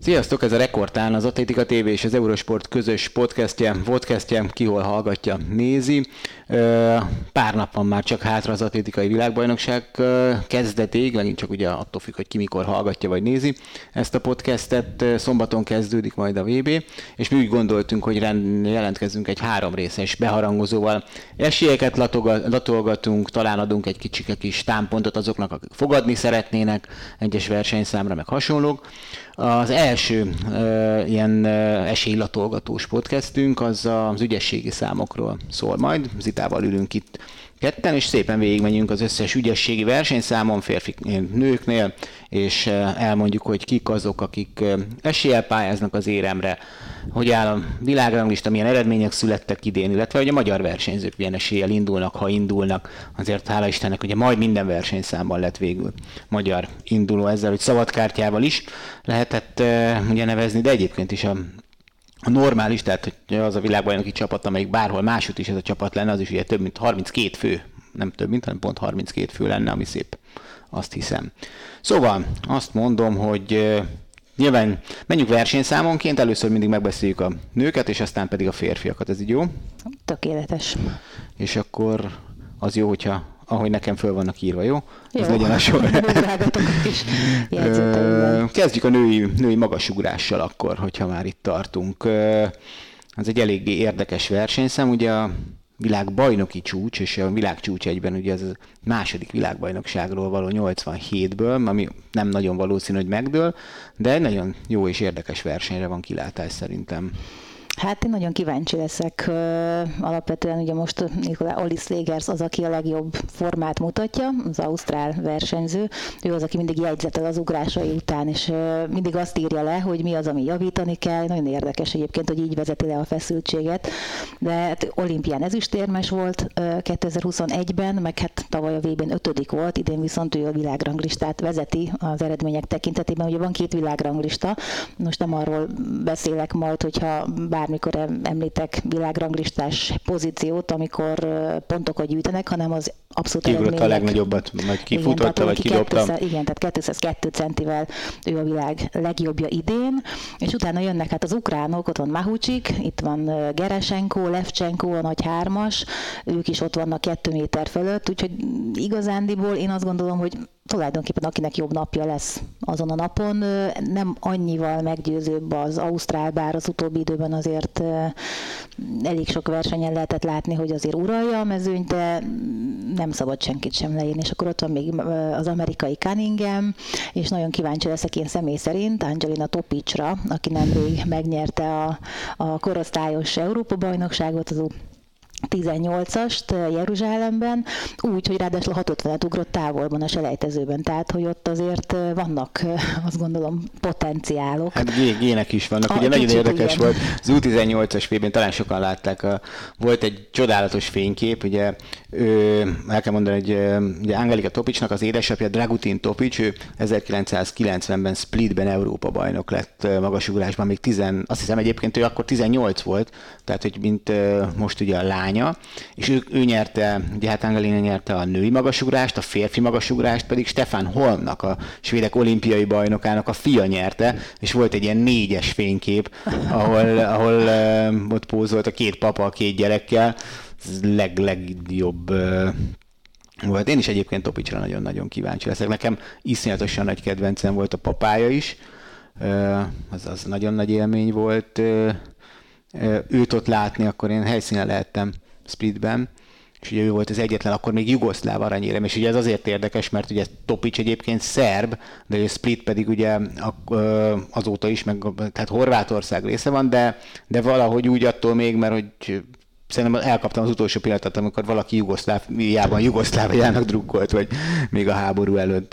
Sziasztok, ez a Rekordtán, az Atlétika TV és az Eurosport közös podcastje, ki hol hallgatja, nézi. Pár nap van már csak hátra az atlétikai világbajnokság kezdetéig, megint csak ugye attól függ, hogy ki mikor hallgatja vagy nézi ezt a podcastet. Szombaton kezdődik majd a VB, és mi úgy gondoltunk, hogy jelentkezzünk egy 3 részes beharangozóval. Esélyeket latolgatunk, talán adunk egy kis támpontot azoknak, akik fogadni szeretnének egyes versenyszámra, meg hasonlók. Az első ilyen esélylatolgatós podcastünk az az ügyességi számokról szól majd. Zitával ülünk itt ketten, és szépen végigmegyünk az összes ügyességi versenyszámon, férfi nőknél, és elmondjuk, hogy kik azok, akik eséllyel pályáznak az éremre, hogy áll a világranglista, milyen eredmények születtek idén, illetve hogy a magyar versenyzők milyen eséllyel indulnak, ha indulnak. Azért hála Istennek, ugye majd minden versenyszámban lett végül magyar induló ezzel, hogy szabadkártyával is lehetett ugye nevezni, de egyébként is a normális, tehát hogy az a világbajnoki csapat, amelyik bárhol máshogy is ez a csapat lenne, az is ugye több mint 32 fő, nem több mint, hanem pont 32 fő lenne, ami szép, azt hiszem. Szóval azt mondom, hogy nyilván menjünk versenyszámonként, először mindig megbeszéljük a nőket, és aztán pedig a férfiakat, ez így jó? Tökéletes. És akkor az jó, hogyha ahogy nekem föl vannak írva, jó? Ez legyen a sor. Kezdjük a női magasugrással akkor, hogyha már itt tartunk. Ez egy eléggé érdekes versenyszám, ugye a világbajnoki csúcs, és a világcsúcs egyben ugye ez a második világbajnokságról való 87-ből, ami nem nagyon valószínű, hogy megdől, de egy nagyon jó és érdekes versenyre van kilátás szerintem. Hát én nagyon kíváncsi leszek. Alapvetően ugye most Nikolaj Olislegers az, aki a legjobb formát mutatja, az ausztrál versenyző. Ő az, aki mindig jegyzetel az ugrásai után, és mindig azt írja le, hogy mi az, ami javítani kell. Nagyon érdekes egyébként, hogy így vezeti le a feszültséget. De hát olimpián ezüstérmes volt 2021-ben, meg hát tavaly a VB-n 5. volt, idén viszont ő a világranglistát vezeti az eredmények tekintetében. Ugye van 2 világranglista, most nem arról beszélek majd, hogyha bármikor említek világranglistás pozíciót, amikor pontokat gyűjtenek, hanem az abszolút eredmények. Kiugrott a legnagyobbat, vagy kifutotta, vagy kidobta. Igen, tehát 202 centivel ő a világ legjobbja idén, és utána jönnek hát az ukránok, ott van Mahucsik, itt van Geresenko, Levcsenko, a nagy 3-as, ők is ott vannak 2 méter fölött, úgyhogy igazándiból én azt gondolom, hogy tulajdonképpen akinek jobb napja lesz azon a napon, nem annyival meggyőzőbb az ausztrál, bár az utóbbi időben azért elég sok versenyen lehetett látni, hogy azért uralja a mezőnyt, de nem szabad senkit sem leírni. És akkor ott van még az amerikai Cunningham, és nagyon kíváncsi leszek én személy szerint Angelina Topicsra, aki nemrég megnyerte a korosztályos Európa-bajnokságot, az 18-ast Jeruzsálemben, úgy, hogy ráadásul 650-et ugrott távolban a selejtezőben, tehát hogy ott azért vannak, azt gondolom, potenciálok. Hát gének is vannak, ugye nagyon érdekes volt. Az U18-as VB-n talán sokan látták, volt egy csodálatos fénykép, ugye el kell mondani, hogy ugye Angelika Topicsnak az édesapja Dragutin Topics, ő 1990-ben Splitben Európa bajnok lett magasugrásban, még azt hiszem egyébként ő akkor 18 volt, tehát hogy mint most ugye a lánya, és ő nyerte, ugye hát Angelina nyerte a női magasugrást, a férfi magasugrást pedig Stefan Holmnak, a svédek olimpiai bajnokának a fia nyerte, és volt egy ilyen 4-es fénykép, ahol ott pózolt a 2 papa, a 2 gyerekkel, ez legjobb volt. Én is egyébként Topicsra nagyon-nagyon kíváncsi leszek. Nekem iszonyatosan nagy kedvencem volt a papája is, az nagyon nagy élmény volt őt ott látni, akkor én helyszínen lehettem Splitben, és ugye ő volt az egyetlen, akkor még jugoszláv aranyérem, és ugye ez azért érdekes, mert ugye Topics egyébként szerb, de ő Split pedig ugye azóta is, tehát Horvátország része van, de valahogy úgy attól még, mert hogy szerintem elkaptam az utolsó pillanatot, amikor valaki Jugoszláviának drukkolt, vagy még a háború előtt.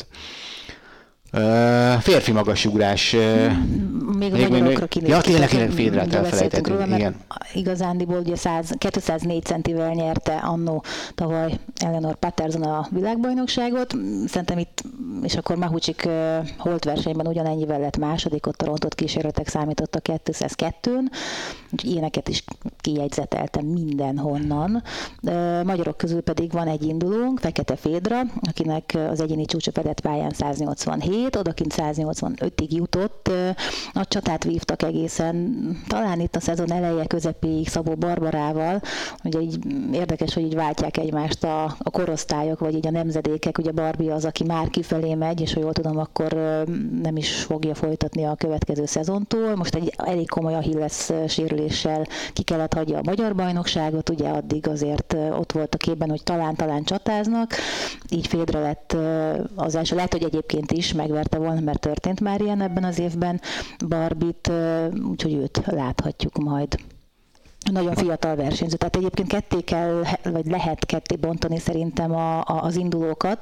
Férfi magasugrás. Még a magyarokra kiléptük. Ja, tényleg Fédrát elfelejtettünk. Igen. Igazándiból ugye 204 centivel nyerte annó tavaly Eleanor Patterson a világbajnokságot. Szerintem itt, és akkor Mahucsik holtversenyben ugyanennyivel lett második, ott Torontót kísérletek számítottak 202-n. Ilyeneket is kijegyzeteltem mindenhonnan. Magyarok közül pedig van egy indulónk, Fekete Fédra, akinek az egyéni csúcsa fedett pályán 187, 187, odakint 185-ig jutott. Nagy csatát vívtak egészen, talán itt a szezon eleje közepéig Szabó Barbarával. Ugye így érdekes, hogy így váltják egymást a korosztályok, vagy így a nemzedékek. Ugye Barbie az, aki már kifelé megy, és ha jól tudom, akkor nem is fogja folytatni a következő szezontól. Most egy elég komoly Achilles sérüléssel ki kellett hagyja a magyar bajnokságot, ugye addig azért ott volt a képben, hogy talán csatáznak, így Fédra lett az első. Lehet, hogy egyébként is megverte volna, mert történt már ilyen ebben az évben Barbit, úgyhogy őt láthatjuk majd. Nagyon fiatal versenyző, tehát egyébként ketté kell, vagy lehet ketté bontani szerintem az indulókat,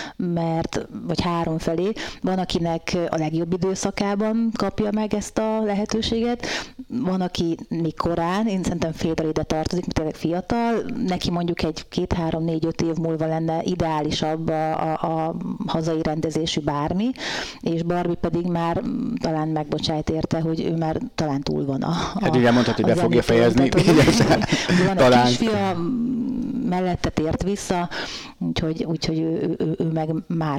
vagy három felé. Van, akinek a legjobb időszakában kapja meg ezt a lehetőséget, van, aki még korán, én szerintem Fédor ide tartozik, mert tényleg fiatal, neki mondjuk egy 2-3-4-5 év múlva lenne ideálisabb a hazai rendezésű bármi, és Barbie pedig már talán megbocsájt érte, hogy ő már talán túl van hát ugye mondhatod, hogy be fogja fejezni. Van egy kisfia, mellette tért vissza, úgyhogy ő meg már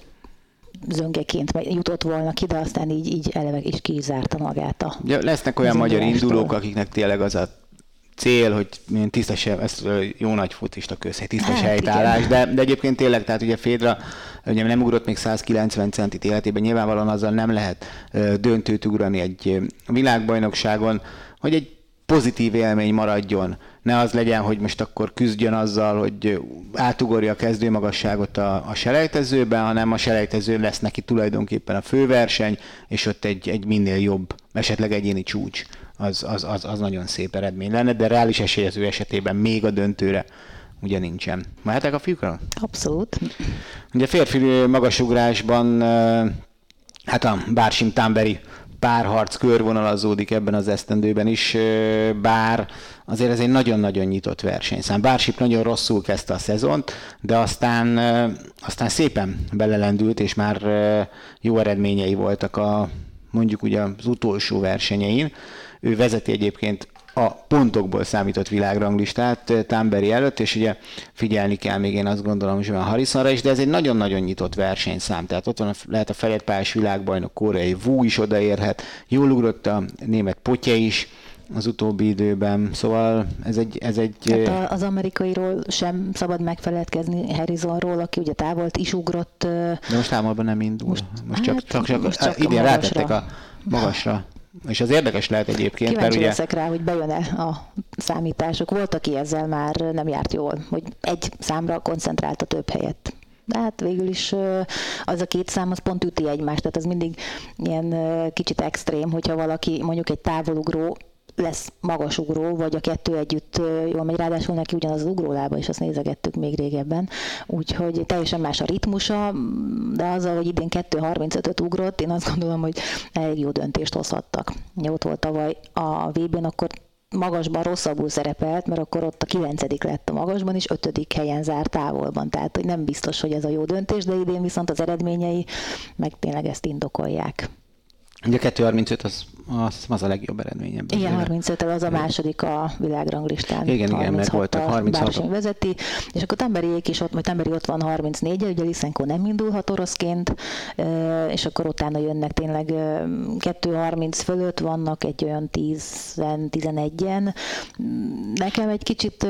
zöngeként jutott volna ki, de aztán így eleve is kizárta magát lesznek olyan magyar indulók, akiknek tényleg az a cél, hogy tisztes, ez jó nagy futista közhely, tisztes helytállás, de egyébként tényleg, tehát ugye Fédra ugye nem ugrott még 190 centit életében, nyilvánvalóan azzal nem lehet döntőt ugrani egy világbajnokságon, hogy egy pozitív élmény maradjon. Ne az legyen, hogy most akkor küzdjön azzal, hogy átugorja a kezdőmagasságot a selejtezőben, hanem a selejtező lesz neki tulajdonképpen a főverseny, és ott egy minél jobb, esetleg egyéni csúcs. Az nagyon szép eredmény lenne, de reális esély az ő esetében még a döntőre ugye nincsen. Mehetek a fiúkra? Abszolút. Ugye férfi magasugrásban hát a Bársim-Tamberi párharc körvonalazódik ebben az esztendőben is, bár azért ez egy nagyon-nagyon nyitott versenyszám. Bársim nagyon rosszul kezdte a szezont, de aztán szépen belelendült, és már jó eredményei voltak mondjuk ugye az utolsó versenyein. Ő vezeti egyébként a pontokból számított világranglistát Tamberi előtt, és ugye figyelni kell még én azt gondolom Johan Harrisonra is, de ez egy nagyon-nagyon nyitott versenyszám, tehát ott van lehet a fehér-pályás világbajnok koreai Wu is odaérhet, jól ugrott a német Potye is az utóbbi időben, szóval ez egy... Hát az amerikairól sem szabad megfeledkezni, Harrisonról, aki ugye távolt is ugrott. De most távolban nem indul. Most csak idén rátettek a magasra. És az érdekes lehet egyébként, kíváncsi leszek rá, hogy bejön-e a számítások. Volt, aki ezzel már nem járt jól, hogy egy számra koncentrált a több helyett. De hát végül is az a két szám, az pont üti egymást, tehát az mindig ilyen kicsit extrém, hogyha valaki mondjuk egy távolugró lesz magasugró, vagy a kettő együtt jól megy, ráadásul neki ugyanaz az ugrólába, és azt nézegettük még régebben. Úgyhogy teljesen más a ritmusa, de azzal, hogy idén 2.35-öt ugrott, én azt gondolom, hogy elég jó döntést hozhattak. Ott volt tavaly a VB-n, akkor magasban rosszabbul szerepelt, mert akkor ott a 9. lett a magasban, és 5. helyen zárt távolban. Tehát hogy nem biztos, hogy ez a jó döntés, de idén viszont az eredményei meg tényleg ezt indokolják. Ugye 2.35 az a legjobb eredmény. Igen, 35 az a második a világranglistán. Igen, mert voltak 36. vezeti, és akkor Tamberiék is ott, vagy Tamberi ott van 34, ugye Lyssenko nem indulhat oroszként, és akkor utána jönnek tényleg 2.30 fölött vannak egy olyan 10-11-en. Nekem egy kicsit...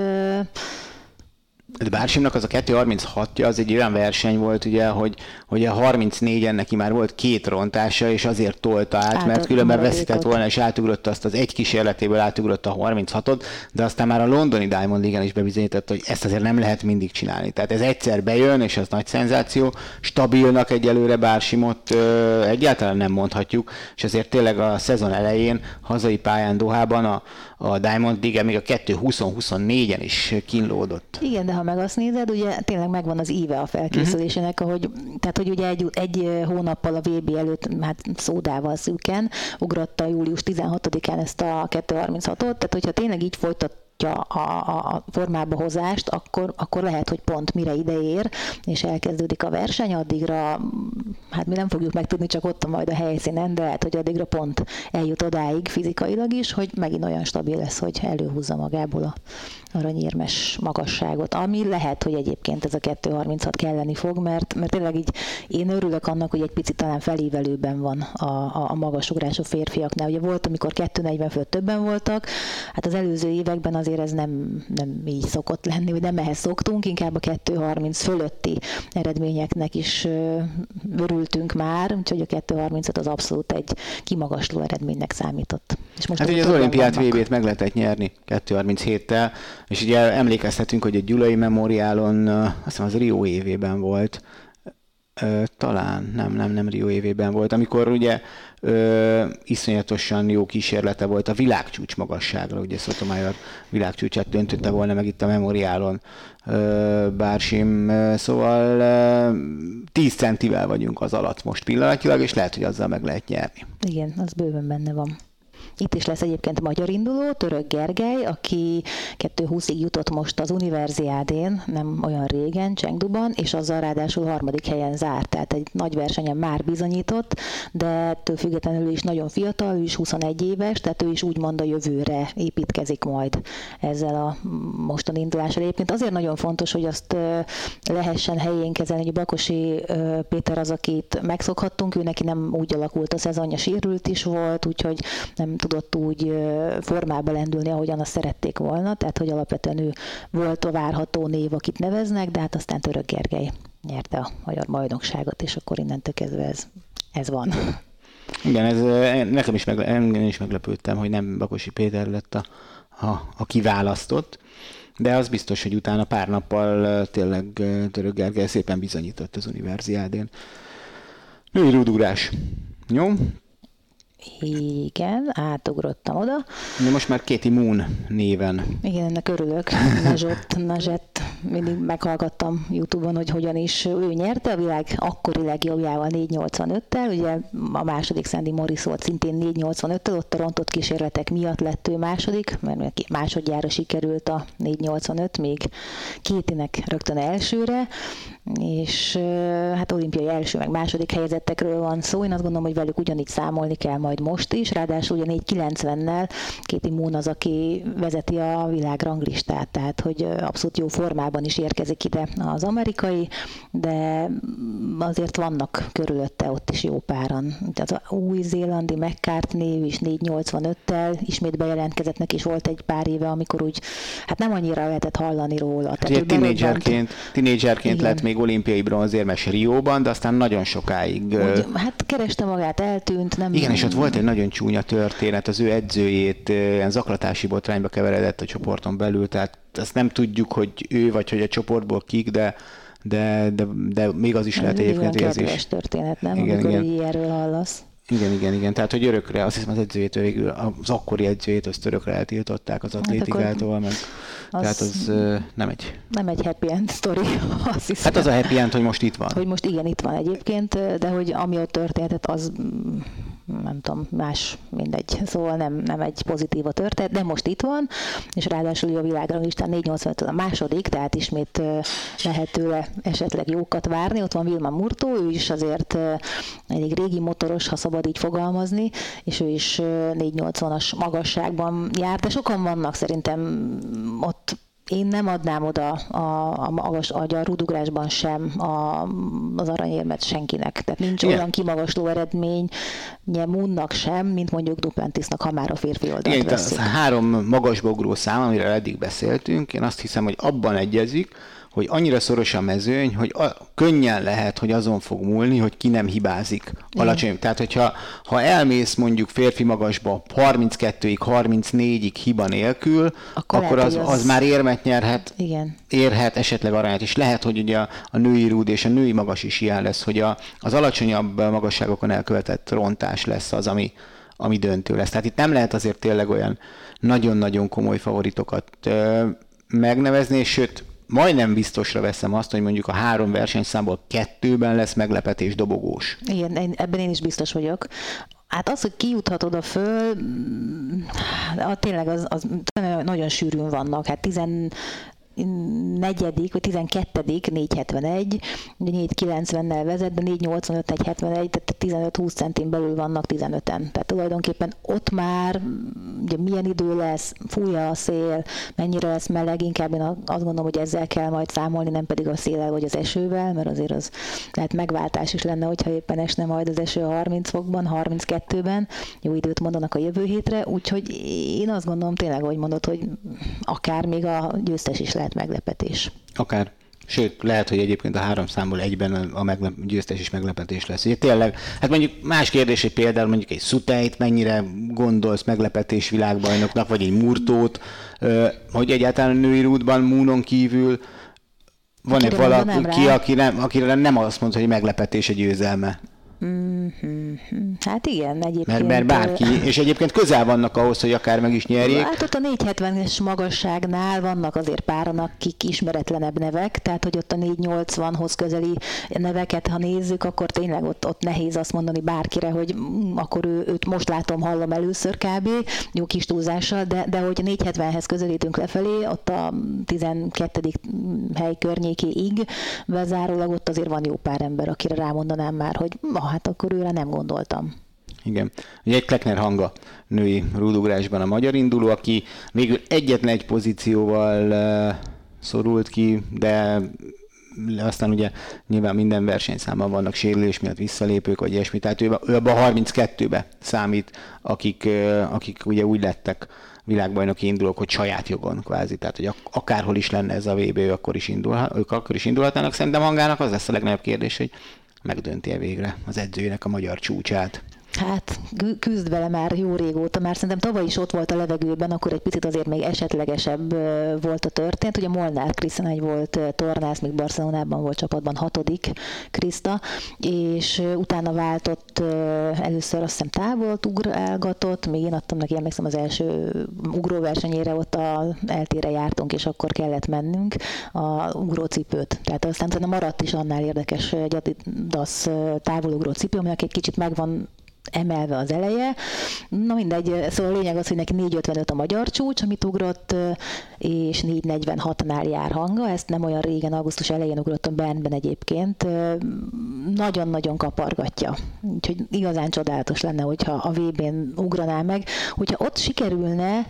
De Bársimnak az a 2.36-ja az egy olyan verseny volt, ugye, hogy a 34-en neki már volt 2 rontása, és azért tolta át, mert különben veszített volna, és átugrotta azt az egy kísérletéből átugrotta a 36-ot, de aztán már a londoni Diamond League-en is bebizonyította, hogy ezt azért nem lehet mindig csinálni. Tehát ez egyszer bejön, és az nagy szenzáció, stabilnak egyelőre Bársimot egyáltalán nem mondhatjuk, és ezért tényleg a szezon elején hazai pályán Dohában a Diamond League még a 2.20-24-en is kínlódott. Igen, de ha meg azt nézed, ugye tényleg megvan az íve a felkészülésének, tehát hogy ugye egy hónappal a VB előtt, hát szódával szűken, ugratta július 16-án ezt a 2.36-ot, tehát hogyha tényleg így megszokhatja a formába hozást, akkor lehet, hogy pont mire ideér, és elkezdődik a verseny, addigra, hát mi nem fogjuk megtudni, csak ott majd a helyszínen, de lehet, hogy addigra pont eljut odáig fizikailag is, hogy megint olyan stabil lesz, hogy előhúzza magából a aranyérmes magasságot, ami lehet, hogy egyébként ez a 2.36 kelleni fog, mert tényleg így én örülök annak, hogy egy picit talán felévelőben van a magasugrású férfiaknál. Ugye volt, amikor 2.40 fölött többen voltak, hát az előző években azért ez nem így szokott lenni, hogy nem ehhez szoktunk, inkább a 2.30 fölötti eredményeknek is örültünk már, úgyhogy a 2.35 az abszolút egy kimagasló eredménynek számított. És most hát ugye az olimpiát VB-t meg lehetett nyerni 2.37-tel, és ugye emlékezhetünk, hogy a Gyulai Memoriálon, azt hiszem az Rio évében volt, talán nem Rio évében volt, amikor ugye iszonyatosan jó kísérlete volt a világcsúcs magasságra, ugye Sotomayor világcsúcsát döntötte volna meg itt a Memoriálon Bársim, szóval 10 centivel vagyunk az alatt most pillanatilag, és lehet, hogy azzal meg lehet nyerni. Igen, az bőven benne van. Itt is lesz egyébként magyar induló, Török Gergely, aki 2.20-ig jutott most az Universiádén, nem olyan régen, Chengduban, és azzal ráadásul 3. helyen zárt. Tehát egy nagy versenyen már bizonyított, de ettől függetlenül ő is nagyon fiatal, ő is 21 éves, tehát ő is úgymond a jövőre építkezik majd ezzel a mostani indulással. Egyébként azért nagyon fontos, hogy azt lehessen helyén kezelni, hogy Bakosi Péter az, akit megszokhattunk, ő neki nem úgy alakult a szezonja, sérült is volt, úgyhogy nem tudott úgy formába lendülni, ahogyan azt szerették volna, tehát hogy alapvetően ő volt a várható név, akit neveznek, de hát aztán Török Gergely nyerte a magyar bajnokságot, és akkor innentől kezdve ez van. Igen, nekem is meglepődtem, hogy nem Bakosi Péter lett a kiválasztott, de az biztos, hogy utána pár nappal tényleg Török Gergely szépen bizonyított az Universiádén. Női rúdugrás. Jó? Igen, átugrottam oda. De most már Katie Moon néven. Igen, ennek örülök. Najett, mindig meghallgattam YouTube-on, hogy hogyan is ő nyerte a világ akkori legjobbjával 4.85-tel, ugye a második Sandy Morris volt szintén 4.85-tel, ott a rontott kísérletek miatt lett ő második, mert másodjára sikerült a 4.85, még Katie-nek rögtön elsőre, és hát olimpiai első, meg második helyezettekről van szó. Én azt gondolom, hogy velük ugyanígy számolni kell majd most is, ráadásul ugye 4.90-nel Katie Moon az, aki vezeti a világ ranglistát, tehát hogy abszolút jó formában is érkezik ide az amerikai, de azért vannak körülötte ott is jó páran. Tehát az új-zélandi McCartney is 4.85-tel ismét bejelentkezett, neki is volt egy pár éve, amikor úgy, hát nem annyira lehetett hallani róla. Tehát tínédzserként lett még olimpiai bronzérmes Rióban, de aztán nagyon sokáig... Hát kereste magát, eltűnt, nem... Igen, és ott volt egy nagyon csúnya történet, az ő edzőjét ilyen zaklatási botrányba keveredett a csoporton belül, tehát azt nem tudjuk, hogy ő vagy hogy a csoportból kik, de még az is lehet egyébként érzés. Kedves történet, nem? Igen, amikor így erről hallasz. Igen, tehát hogy örökre, azt hiszem az edzőjétől végül, az akkori edzőjét azt örökre eltiltották az atlétikától, meg tehát az nem egy happy end sztori, azt hiszem. Hát az a happy end, hogy most itt van. Hogy most igen, itt van egyébként, de hogy ami ott történt, az nem tudom, más, mindegy. Szóval nem egy pozitív a történet, de most itt van, és ráadásul a világranglistán 4.85 a második, tehát ismét lehet tőle esetleg jókat várni. Ott van Vilma Murtó, ő is azért elég régi motoros, ha szabad így fogalmazni, és ő is 4.80-as magasságban jár, de sokan vannak szerintem ott. Én nem adnám oda a rúdugrásban sem az aranyérmet senkinek. Tehát nincs olyan kimagasló eredménye Moonnak sem, mint mondjuk Duplantisnak, ha már a férfi oldalt veszik. Igen, a 3 magasba ugró szám, amiről eddig beszéltünk, én azt hiszem, hogy abban egyezik, hogy annyira szoros a mezőny, hogy könnyen lehet, hogy azon fog múlni, hogy ki nem hibázik alacsony. Tehát, hogyha elmész mondjuk férfi magasba 32-ig, 34-ig hiba nélkül, akkor az már érmet nyerhet, érhet esetleg aranyat. És lehet, hogy ugye a női rúd és a női magas is ilyen lesz, hogy az alacsonyabb magasságokon elkövetett rontás lesz az, ami döntő lesz. Tehát itt nem lehet azért tényleg olyan nagyon-nagyon komoly favoritokat megnevezni, és sőt, majdnem biztosra veszem azt, hogy mondjuk a 3 versenyszámból 2-ben lesz meglepetés dobogós. Igen, ebben én is biztos vagyok. Hát az, hogy kijuthat oda föl, tényleg az nagyon sűrűn vannak. Hát 14. vagy 12. 471, 490-nel vezet, de 485, 171, tehát 15-20 centin belül vannak 15-en. Tehát tulajdonképpen ott már ugye milyen idő lesz, fújja a szél, mennyire lesz meleg, inkább én azt gondolom, hogy ezzel kell majd számolni, nem pedig a széllel vagy az esővel, mert azért az lehet megváltás is lenne, hogyha éppen esne majd az eső a 30 fokban, 32-ben, jó időt mondanak a jövő hétre, úgyhogy én azt gondolom tényleg, hogy mondod, hogy akár még a győztes is lehet meglepetés. Akár. Sőt, lehet, hogy egyébként a 3 számból egyben a győztes is meglepetés lesz. Ugye tényleg, hát mondjuk más kérdés, hogy például mondjuk egy Szutejt mennyire gondolsz meglepetés világbajnoknak, vagy egy Murtót, hogy egyáltalán a női rúdban Moonon kívül van-e valaki, akire nem azt mondta, hogy meglepetés a győzelme? Hát igen, egyébként. Mert bárki, és egyébként közel vannak ahhoz, hogy akár meg is nyerjék. Hát ott a 470-es magasságnál vannak azért páran, akik ismeretlenebb nevek, tehát hogy ott a 480-hoz közeli neveket, ha nézzük, akkor tényleg ott nehéz azt mondani bárkire, hogy akkor őt most látom, hallom először kb. Jó kis túlzással, de hogy a 470-hez közelítünk lefelé, ott a 12. hely környékéig bezárólag ott azért van jó pár ember, akire rámondanám már, hogy hát akkor őre nem gondoltam. Igen. Ugye egy Kleckner Hanga női rúdugrásban a magyar induló, aki végül egyetlen egy pozícióval szorult ki, de aztán ugye nyilván minden versenyszámban vannak sérülés miatt visszalépők, vagy ilyesmi, tehát ő abban a 32-be számít, akik ugye úgy lettek világbajnoki indulók, hogy saját jogon kvázi, tehát hogy akárhol is lenne ez a VB, ők akkor is indulhatnának. Szerintem Hangának az lesz a legnagyobb kérdés, hogy megdönti-e végre az edzőjének a magyar csúcsát. Hát küzd vele már jó régóta, már szerintem tavaly is ott volt a levegőben, akkor egy picit azért még esetlegesebb volt a történet. Ugye Molnár Krisztina volt tornász, még Barcelonában volt csapatban 6. Kriszta, és utána váltott először azt hiszem távolt ugrálgatott, még én adtam neki, emlékszem az első ugróversenyére, ott a eltére jártunk, és akkor kellett mennünk a ugrócipőt. Tehát aztán maradt is annál érdekes egy Adidas távolugró cipő, aminek egy kicsit megvan emelve az eleje. Na mindegy, szóval a lényeg az, hogy neki 4.55 a magyar csúcs, amit ugrott, és 4.46-nál jár Hanga. Ezt nem olyan régen, augusztus elején ugrottam Bernben egyébként. Nagyon-nagyon kapargatja. Úgyhogy igazán csodálatos lenne, hogyha a VB-n ugraná meg. Hogyha ott sikerülne,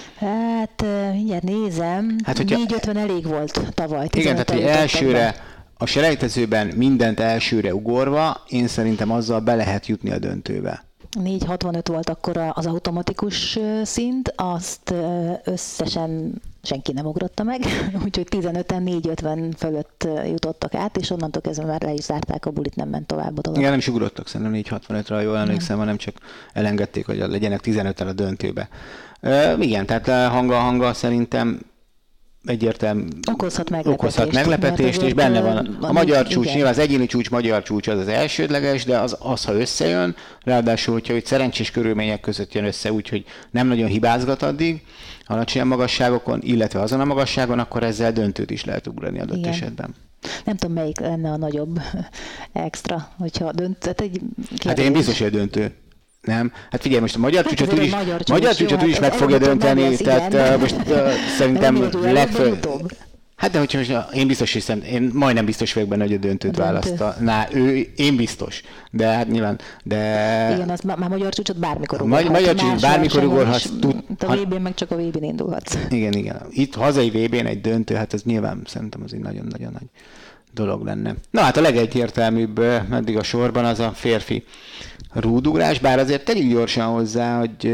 hát mindjárt nézem, hát, 4.50 elég volt tavaly. Igen, tehát hogy elsőre a selejtezőben mindent elsőre ugorva, én szerintem azzal be lehet jutni a döntőbe. 4.65 volt akkor az automatikus szint, azt összesen senki nem ugrotta meg, úgyhogy 15-en 4.50 fölött jutottak át, és onnantól kezdve már le is zárták a bulit, nem ment tovább a dolog. Igen, nem is ugrottak szerintem 4.65-ra, jól emlékszem, hanem csak elengedték, hogy legyenek 15-en a döntőbe. Igen, tehát hanga szerintem egyértelműen okozhat meglepetést, és benne van a magyar csúcs, igen. Nyilván az egyéni csúcs, magyar csúcs az elsődleges, de az ha összejön, ráadásul, hogyha hogy szerencsés körülmények között jön össze, úgyhogy nem nagyon hibázgat addig, alacsony magasságokon, illetve azon a magasságon, akkor ezzel döntőt is lehet ugrani adott igen. esetben. Nem tudom, melyik lenne a nagyobb extra, hogyha döntő. Hát én biztos, hogy a döntő. Nem? Hát figyelj, most a magyar csúcsot is meg fogja dönteni, tehát most szerintem legfőbb. Hát de hogyha most én biztos hiszem, én majdnem biztos vagyok benne, hogy a döntőt választa. Én biztos. De hát nyilván, de... Igen, az már magyar csúcsot bármikor ugorhatsz. Magyar csúcsot bármikor ugorhatsz. A VB-n meg csak a VB-n indulhatsz. Igen. Itt hazai VB-n egy döntő, hát ez nyilván szerintem az egy nagyon-nagyon nagy dolog lenne. Na hát a legegyértelműbb eddig a sorban az a férfi rúdugrás, bár azért tegyük gyorsan hozzá, hogy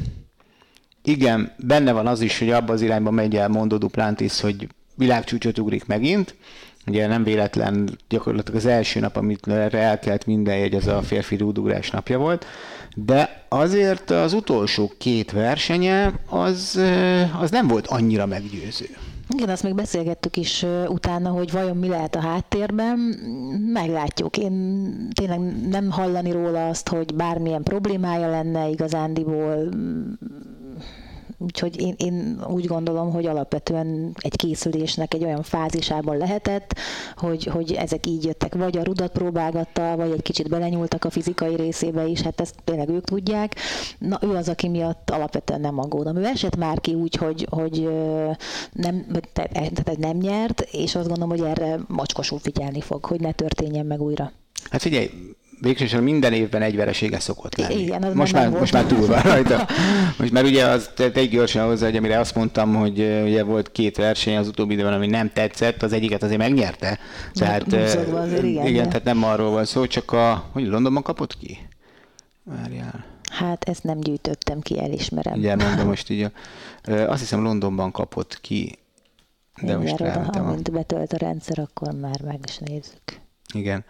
igen, benne van az is, hogy abba az irányba megy el Mondo Duplantis, hogy világcsúcsot ugrik megint. Ugye nem véletlen, gyakorlatilag az első nap, amit elkelt minden jegy, az a férfi rúdugrás napja volt, de azért az utolsó 2 versenye az nem volt annyira meggyőző. Igen, azt még beszélgettük is utána, hogy vajon mi lehet a háttérben. Meglátjuk. Én tényleg nem hallani róla azt, hogy bármilyen problémája lenne igazándiból. Úgyhogy én úgy gondolom, hogy alapvetően egy készülésnek egy olyan fázisában lehetett, hogy ezek így jöttek, vagy a rudat próbálgatta, vagy egy kicsit belenyúltak a fizikai részébe is, hát ezt tényleg ők tudják. Na, ő az, aki miatt alapvetően nem aggódom. Ő esett már ki úgy, hogy nem nyert, és azt gondolom, hogy erre macskosul figyelni fog, hogy ne történjen meg újra. Hát figyelj, végsősorban minden évben egy veresége szokott lenni. Igen, most már túl van rajta. Most már ugye az egy gyorsan hozzá, hogy amire azt mondtam, hogy ugye volt 2 verseny az utóbbi időben, ami nem tetszett, az egyiket azért megnyerte. Tehát, azért, igen, tehát nem arról van szó, csak hogy Londonban kapott ki? Várjál. Hát ezt nem gyűjtöttem ki, elismerem. Igen, mondom most így. Azt hiszem Londonban kapott ki. De most rámentem. Amint betölt a rendszer, akkor már meg is nézzük. Igen.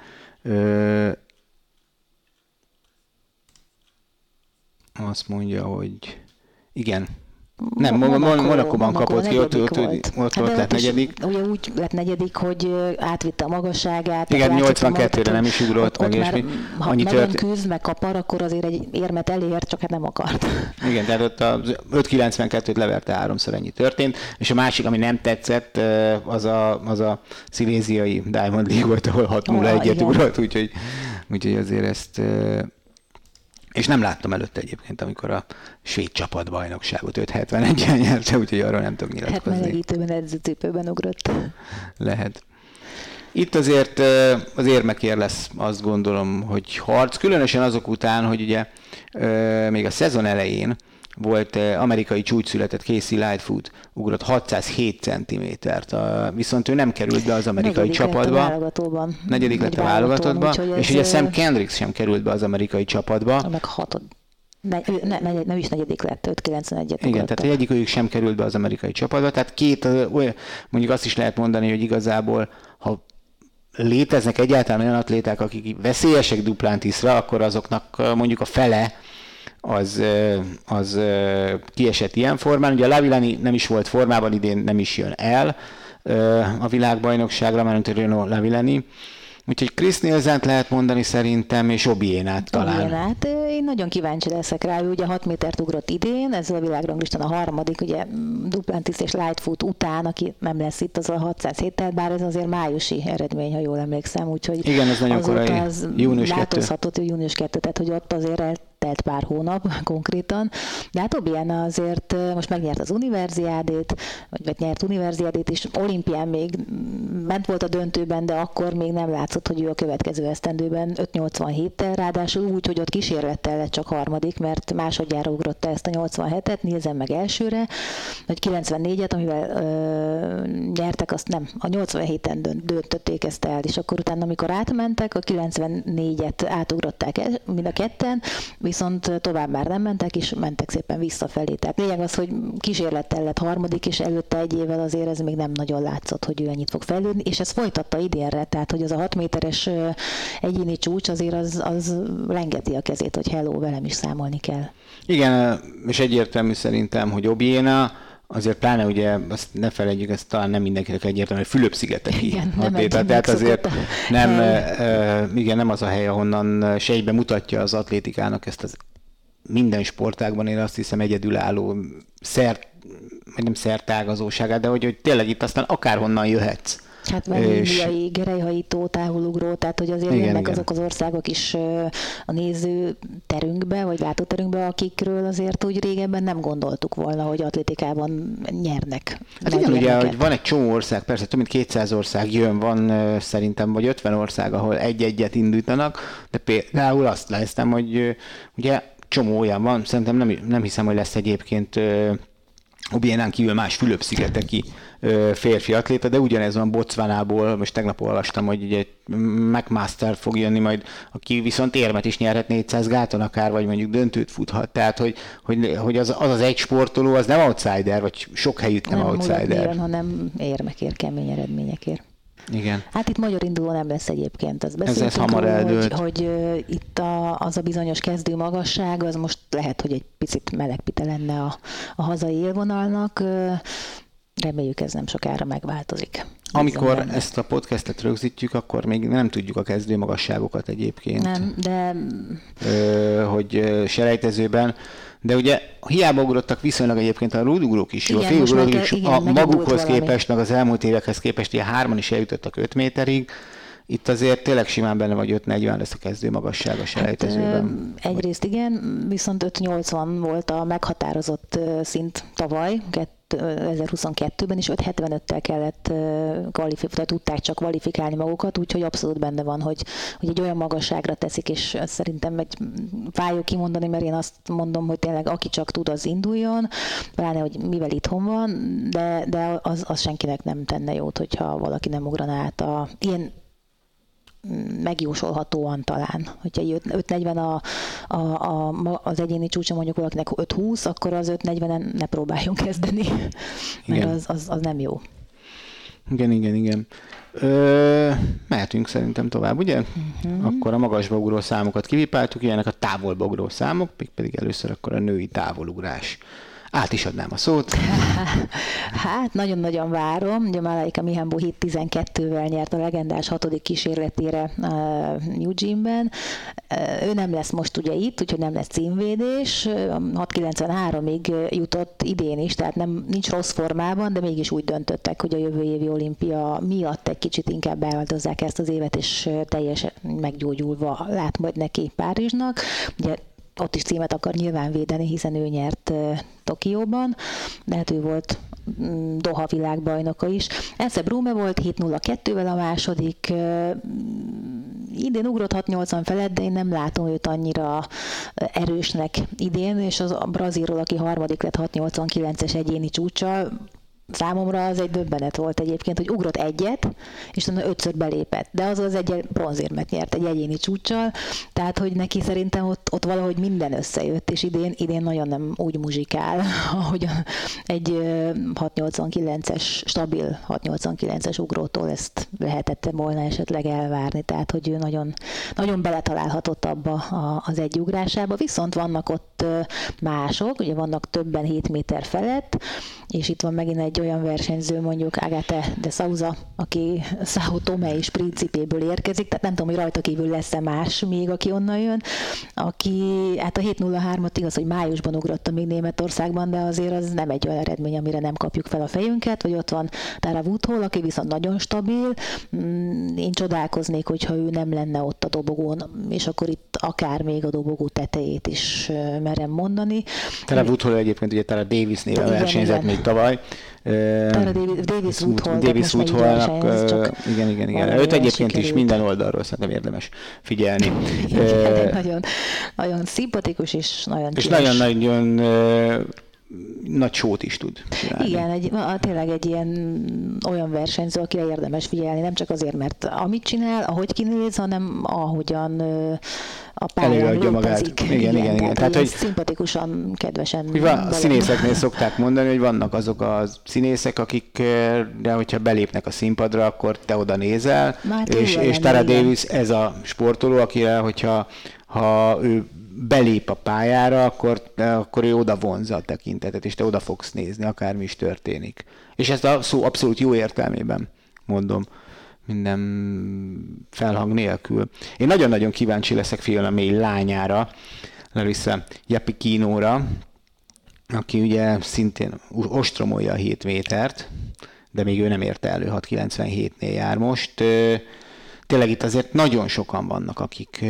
Azt mondja, hogy igen. Nem, Monacóban kapott ki, ott lett negyedik. Ugye úgy lett negyedik, hogy átvitte a magasságát. Igen, 82-re nem is ugrott, meg ilyesmi. Ha nagyon küzd, meg kapar, akkor azért egy érmet elért, csak hát nem akart. Igen, tehát ott az 5.92-t leverte, 3-szor ennyi történt, és a másik, ami nem tetszett, az a sziléziai Diamond League volt, ahol 6-0-1-et ugrott, úgyhogy azért ezt... És nem láttam előtte egyébként, amikor a svéd csapatbajnokságot 5.71-en nyerte, úgyhogy arról nem tudok nyilatkozni. Hát melegítőben, edzőcipőben ugrott. Lehet. Itt azért az érmekért lesz, azt gondolom, hogy harc, különösen azok után, hogy ugye még a szezon elején volt amerikai csúcsszületett Casey Lightfoot, ugrott 607 cm-t, viszont ő nem került be az amerikai csapatba. Negyedik lett a válogatottban, és ugye Sam Kendricks sem került be az amerikai csapatba. Meg nem is negyedik lett, 5.91-et. Igen, tehát egyikőjük sem került be az amerikai csapatba, tehát mondjuk azt is lehet mondani, hogy igazából, ha léteznek egyáltalán olyan atléták, akik veszélyesek Duplantisra, akkor azoknak mondjuk a fele az kiesett ilyen formán. Ugye a Lavillani nem is volt formában, idén nem is jön el a világbajnokságra, mert Renaud Lavillani. Úgyhogy Chris Nielsent lehet mondani szerintem, és Obienát talán. Obienát, én nagyon kíváncsi leszek rá, ő ugye 6 métert ugrott idén, ez a világranglistán a harmadik, ugye Duplantis és Lightfoot után, aki nem lesz itt, az a 607-tel, bár ez azért májusi eredmény, ha jól emlékszem, úgyhogy igen, ez nagyon korai, június 2. Látozhatott, hogy június 2, tehát hogy ott azért eltelt pár hónap konkrétan, de hát Obiena azért most megnyert az univerziádét, vagy nyert univerziádét is, olimpián még bent volt a döntőben, de akkor még nem látszott, hogy ő a következő esztendőben 5.87-tel, ráadásul úgy, hogy ott kísérlettel lett csak harmadik, mert másodjára ugrotta ezt a 87-et, Nielsen meg elsőre, vagy 94-et, amivel nyertek, azt nem, a 87-en döntötték ezt el, és akkor utána, amikor átmentek, a 94-et átugrották mind a ketten, viszont tovább már nem mentek, és mentek szépen visszafelé. Tehát lényeg az, hogy kísérlettel lett harmadik, és előtte egy évvel azért ez még nem nagyon látszott, hogy ő ennyit fog fejlődni, és ez folytatta idénre, tehát hogy az a 6 méteres egyéni csúcs azért az lengeti a kezét, hogy hello, velem is számolni kell. Igen, és egyértelmű szerintem, hogy Obiena, azért pláne ugye, azt ne felejtjük, ezt talán nem mindenkinek egyértelmű, hogy Fülöp-szigeteki atléta, tehát azért nem az a hely, ahonnan sejbe mutatja az atlétikának ezt az minden sportágban, én azt hiszem egyedülálló nem szertágazóságát, de hogy tényleg itt aztán akárhonnan jöhetsz. Hát van indiai gerelyhajító, távolugró, tehát hogy azért jönnek azok az országok is a nézőterünkbe, vagy látóterünkbe, akikről azért úgy régebben nem gondoltuk volna, hogy atlétikában nyernek. Hát igen, ugye, hogy van egy csomó ország, persze több mint 200 ország jön, van szerintem, vagy 50 ország, ahol egy-egyet indítanak, de például azt láttam, hogy ugye csomó olyan van, szerintem nem hiszem, hogy lesz egyébként Obienán kívül más Fülöp-szigeteki férfi atléta, de ugyanez van Botswanából, most tegnap olvastam, hogy ugye McMaster fog jönni majd, aki viszont érmet is nyerhet 400 gáton akár, vagy mondjuk döntőt futhat, tehát hogy az egy sportoló, az nem outsider, vagy sok helyütt nem outsider. Nem mulatnéven, hanem érmekért, kemény eredményekért. Igen. Hát itt magyar induló nem lesz egyébként. Ez hamar eldőlt. Hogy itt az a bizonyos kezdő magasság, az most lehet, hogy egy picit melegpite lenne a hazai élvonalnak. Reméljük, ez nem sokára megváltozik. Amikor ezt a podcastet rögzítjük, akkor még nem tudjuk a kezdő magasságokat egyébként. Nem, de... hogy selejtezőben, De ugye hiába ugrottak viszonylag egyébként a rúdugrók is, igen, a félugrók is igen, a magukhoz képest, meg az elmúlt évekhez képest, ilyen 3-an is eljutottak 5 méterig. Itt azért tényleg simán benne vagy 5.40 lesz a kezdő magasság a selejtezőben. Egyrészt igen, viszont 5.80 volt a meghatározott szint tavaly, 2022-ben is 5.75-tel kellett tudták csak kvalifikálni magukat, úgyhogy abszolút benne van, hogy egy olyan magasságra teszik, és szerintem egy fájó kimondani, mert én azt mondom, hogy tényleg aki csak tud, az induljon, pláne, hogy mivel itthon van, de az senkinek nem tenne jót, hogyha valaki nem ugraná át ilyen megjósolhatóan talán. Hogyha 5.40 az egyéni csúcsa mondjuk valakinek 5.20, akkor az 5.40-en ne próbáljon kezdeni, mert az nem jó. Igen. Mehetünk szerintem tovább, ugye? Akkor a magasba ugró számokat kivipáltuk, ilyenek a távolba ugró számok, pedig először akkor a női távolugrás. Át is adnám a szót. Hát nagyon-nagyon várom. Ugye Malaika Mihambo 7.12-vel nyert a legendás 6. kísérletére Eugene-ben. Ő nem lesz most ugye itt, úgyhogy nem lesz címvédés. 6.93-ig jutott idén is, tehát nincs rossz formában, de mégis úgy döntöttek, hogy a jövő évi olimpia miatt egy kicsit inkább beálldozzák ezt az évet, és teljesen meggyógyulva lát majd neki Párizsnak. Ugye ott is címet akar nyilván védeni, hiszen ő nyert Tokióban, de hát ő volt Doha világbajnoka is. Else Brume volt 7.02-vel a második. Idén ugrott 6.80 felett, de én nem látom őt annyira erősnek idén, és az a brazilról, aki harmadik lett 6.89-es egyéni csúccsal, számomra az egy döbbenet volt egyébként, hogy ugrott egyet, és utána 5-ször belépett. De az egy bronzérmet nyert egy egyéni csúccsal, tehát hogy neki szerintem ott valahogy minden összejött, és idén nagyon nem úgy muzsikál, ahogy egy 6.89-es, stabil 6.89-es ugrótól ezt lehetett volna esetleg elvárni. Tehát, hogy ő nagyon, nagyon beletalálhatott abba az egy ugrásába. Viszont vannak ott mások, ugye vannak többen 7 méter felett, és itt van megint egy olyan versenyző, mondjuk Agate de Souza, aki Sao Tomé és Principéből érkezik, tehát nem tudom, hogy rajta kívül lesz-e más még, aki onnan jön, aki hát a 7.03-at igaz, hogy májusban ugrotta még Németországban, de azért az nem egy olyan eredmény, amire nem kapjuk fel a fejünket, vagy ott van Tara Woodhall, aki viszont nagyon stabil. Én csodálkoznék, hogyha ő nem lenne ott a dobogón, és akkor itt akár még a dobogó tetejét is merem mondani. Tara Woodhall egyébként ugye Tara Davis néven versenyzett még tavaly. Davis Woodhall. Igen. Őt egyébként is minden oldalról szerintem érdemes figyelni. Nagyon, nagyon szimpatikus és nagyon és nagyon-nagyon nagy sót is tud csinálni. Igen, tényleg egy ilyen olyan versenyző, akire érdemes figyelni, nem csak azért, mert amit csinál, ahogy kinéz, hanem ahogyan a pályán létezik. Igen. Tehát, hogy szimpatikusan, kedvesen. A színészeknél szokták mondani, hogy vannak azok a színészek, akik, de hogyha belépnek a színpadra, akkor te oda nézel, és Tara Davis ez a sportoló, akire, hogyha ő belép a pályára, akkor ő oda vonzza a tekintetet, és te oda fogsz nézni, akármi is történik. És ezt a szó abszolút jó értelmében mondom, minden felhang nélkül. Én nagyon-nagyon kíváncsi leszek Fiona May lányára, Larissa Japikinóra, aki ugye szintén ostromolja a 7 métert, de még ő nem érte elő, 6.97-nél jár most. Tényleg itt azért nagyon sokan vannak, akik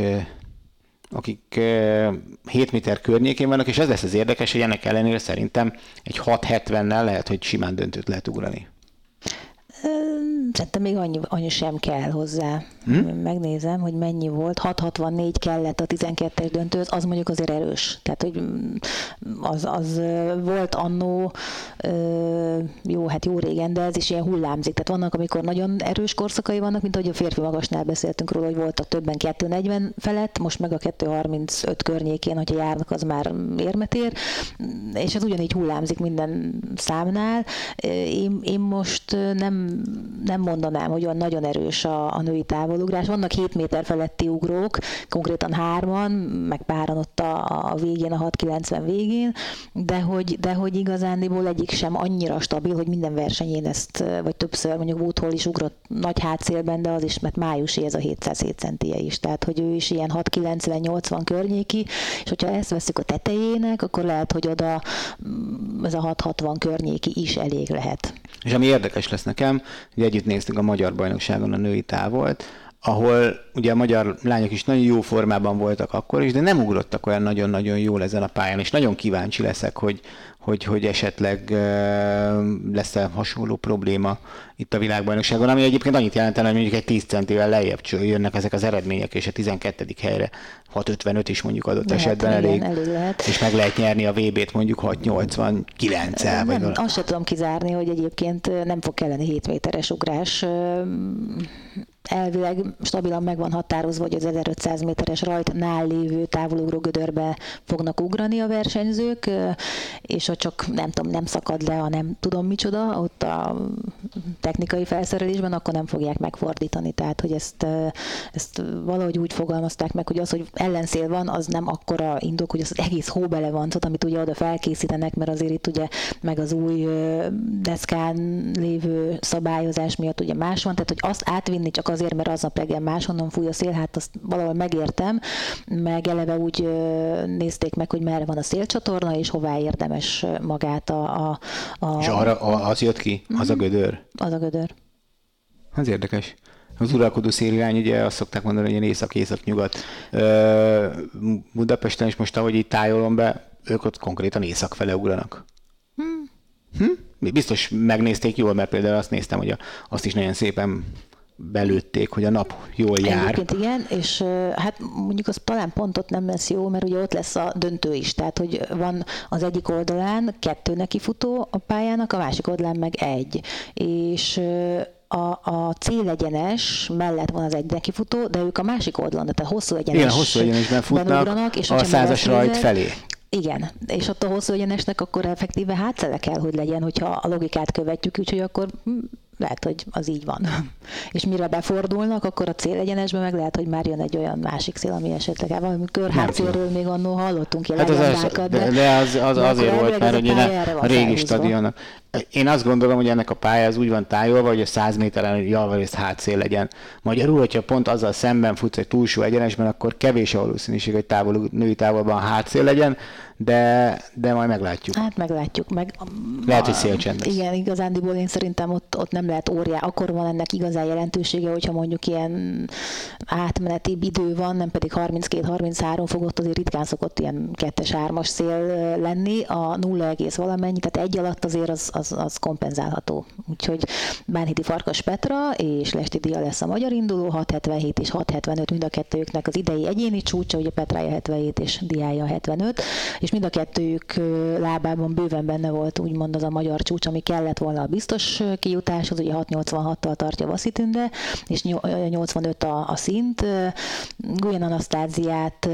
7 méter környékén vannak, és az lesz az érdekes, hogy ennek ellenére szerintem egy 6.70-nel lehet, hogy simán döntőt lehet ugrani. Szerintem még annyi sem kell hozzá. Megnézem, hogy mennyi volt. 6.64 kellett a 12-es döntőt, az mondjuk azért erős. Tehát, hogy az volt annó, jó régen, de ez is ilyen hullámzik. Tehát vannak, amikor nagyon erős korszakai vannak, mint ahogy a férfi magasnál beszéltünk róla, hogy voltak többen 2.40 felett, most meg a 2.35 környékén, hogyha járnak, az már érmet ér, és ez ugyanígy hullámzik minden számnál. Én most nem mondanám, hogy olyan nagyon erős a női távolugrás. Vannak 7 méter feletti ugrók, konkrétan 3-an, meg páran ott a végén, a 6-90 végén, de hogy igazándiból egyik sem annyira stabil, hogy minden versenyén ezt, vagy többször, mondjuk Woodhall is ugrott nagy hátszélben, de az is, mert májusi ez a 707 centie is, tehát hogy ő is ilyen 6-90-80 környéki, és hogyha ezt veszük a tetejének, akkor lehet, hogy oda ez a 6-60 környéki is elég lehet. És ami érdekes lesz nekem, hogy együtt néztünk a magyar bajnokságon a női távolt, ahol ugye a magyar lányok is nagyon jó formában voltak akkor is, de nem ugrottak olyan nagyon-nagyon jól ezen a pályán, és nagyon kíváncsi leszek, hogy esetleg lesz-e hasonló probléma itt a világbajnokságon, ami egyébként annyit jelentene, hogy mondjuk egy 10 centivel lejjebb jönnek ezek az eredmények, és a 12. helyre 6.55 is mondjuk adott esetben elég lehet. És meg lehet nyerni a VB-t mondjuk 6.89-el. Nem, azt sem tudom kizárni, hogy egyébként nem fog kelleni 7 méteres ugrás. Elvileg stabilan meg van határozva, hogy az 1500 méteres rajtnál lévő távolugró gödörbe fognak ugrani a versenyzők, és ha csak nem szakad le a nem tudom micsoda, ott a technikai felszerelésben, akkor nem fogják megfordítani. Tehát, hogy ezt valahogy úgy fogalmazták meg, hogy az, hogy ellenszél van, az nem akkora indok, hogy az egész hóbele van, amit ugye oda felkészítenek, mert azért itt ugye meg az új deszkán lévő szabályozás miatt ugye más van, tehát hogy azt átvinni csak azért, mert aznap reggel máshonnan fúj a szél, hát azt valahol megértem, meg eleve úgy nézték meg, hogy merre van a szélcsatorna, és hová érdemes magát És arra az jött ki? Az a gödör? Az a gödör. Ez érdekes. Az uralkodó szélirány, ugye azt szokták mondani, hogy ilyen észak-észak-nyugat. Budapesten is most, ahogy így tájolom be, ők ott konkrétan észak fele ugranak. Biztos megnézték jól, mert például azt néztem, hogy azt is nagyon szépen belőtték, hogy a nap jól jár. Egyébként igen, és hát mondjuk az talán pontot nem lesz jó, mert ugye ott lesz a döntő is, tehát hogy van az egyik oldalán 2 nekifutó a pályának, a másik oldalán meg 1. És a célegyenes mellett van az egy nekifutó, de ők a másik oldalon, tehát hosszú egyenesben futnak ugranak, és a 100-as rajt felé. Igen, és ott a hosszú egyenesnek akkor effektíve hátszele kell, hogy legyen, hogyha a logikát követjük, úgyhogy akkor lehet, hogy az így van. És mire befordulnak, akkor a célegyenesben meg lehet, hogy már jön egy olyan másik szél, ami esetleg valami körhátszélről még annól hallottunk ilyen legendákat. De az azért volt, mert ugye a régi stadionnak. Én azt gondolom, hogy ennek a pálya az úgy van tájolva, hogy a 100 méteren javarészt hátszél legyen. Magyarul, hogyha pont azzal szemben futsz egy túlsó egyenesben, akkor kevés a valószínűség, hogy női távolban hátszél legyen, de majd meglátjuk. Hát meglátjuk. Lehet, hogy szélcsend lesz. Igen, igazándiból én szerintem ott nem lehet akkor van ennek igazán jelentősége, hogyha mondjuk ilyen átmeneti idő van, nem pedig 32-33 fok, ott azért ritkán szokott ilyen 2-3-as szél lenni, a 0, valamennyi, tehát egy alatt azért az kompenzálható. Úgyhogy Bánhidi Farkas Petra és Lesti Dia lesz a magyar induló, 6.77 és 6.75 mind a kettőjüknek az idei egyéni csúcsa, ugye Petrája 77 és Diája 75, és mind a kettőjük lábában bőven benne volt úgymond az a magyar csúcs, ami kellett volna a biztos kijutáshoz, ugye 6.86-tal tartja Vaszi Tünde, és 85 a szint. Gulyán Anasztáziát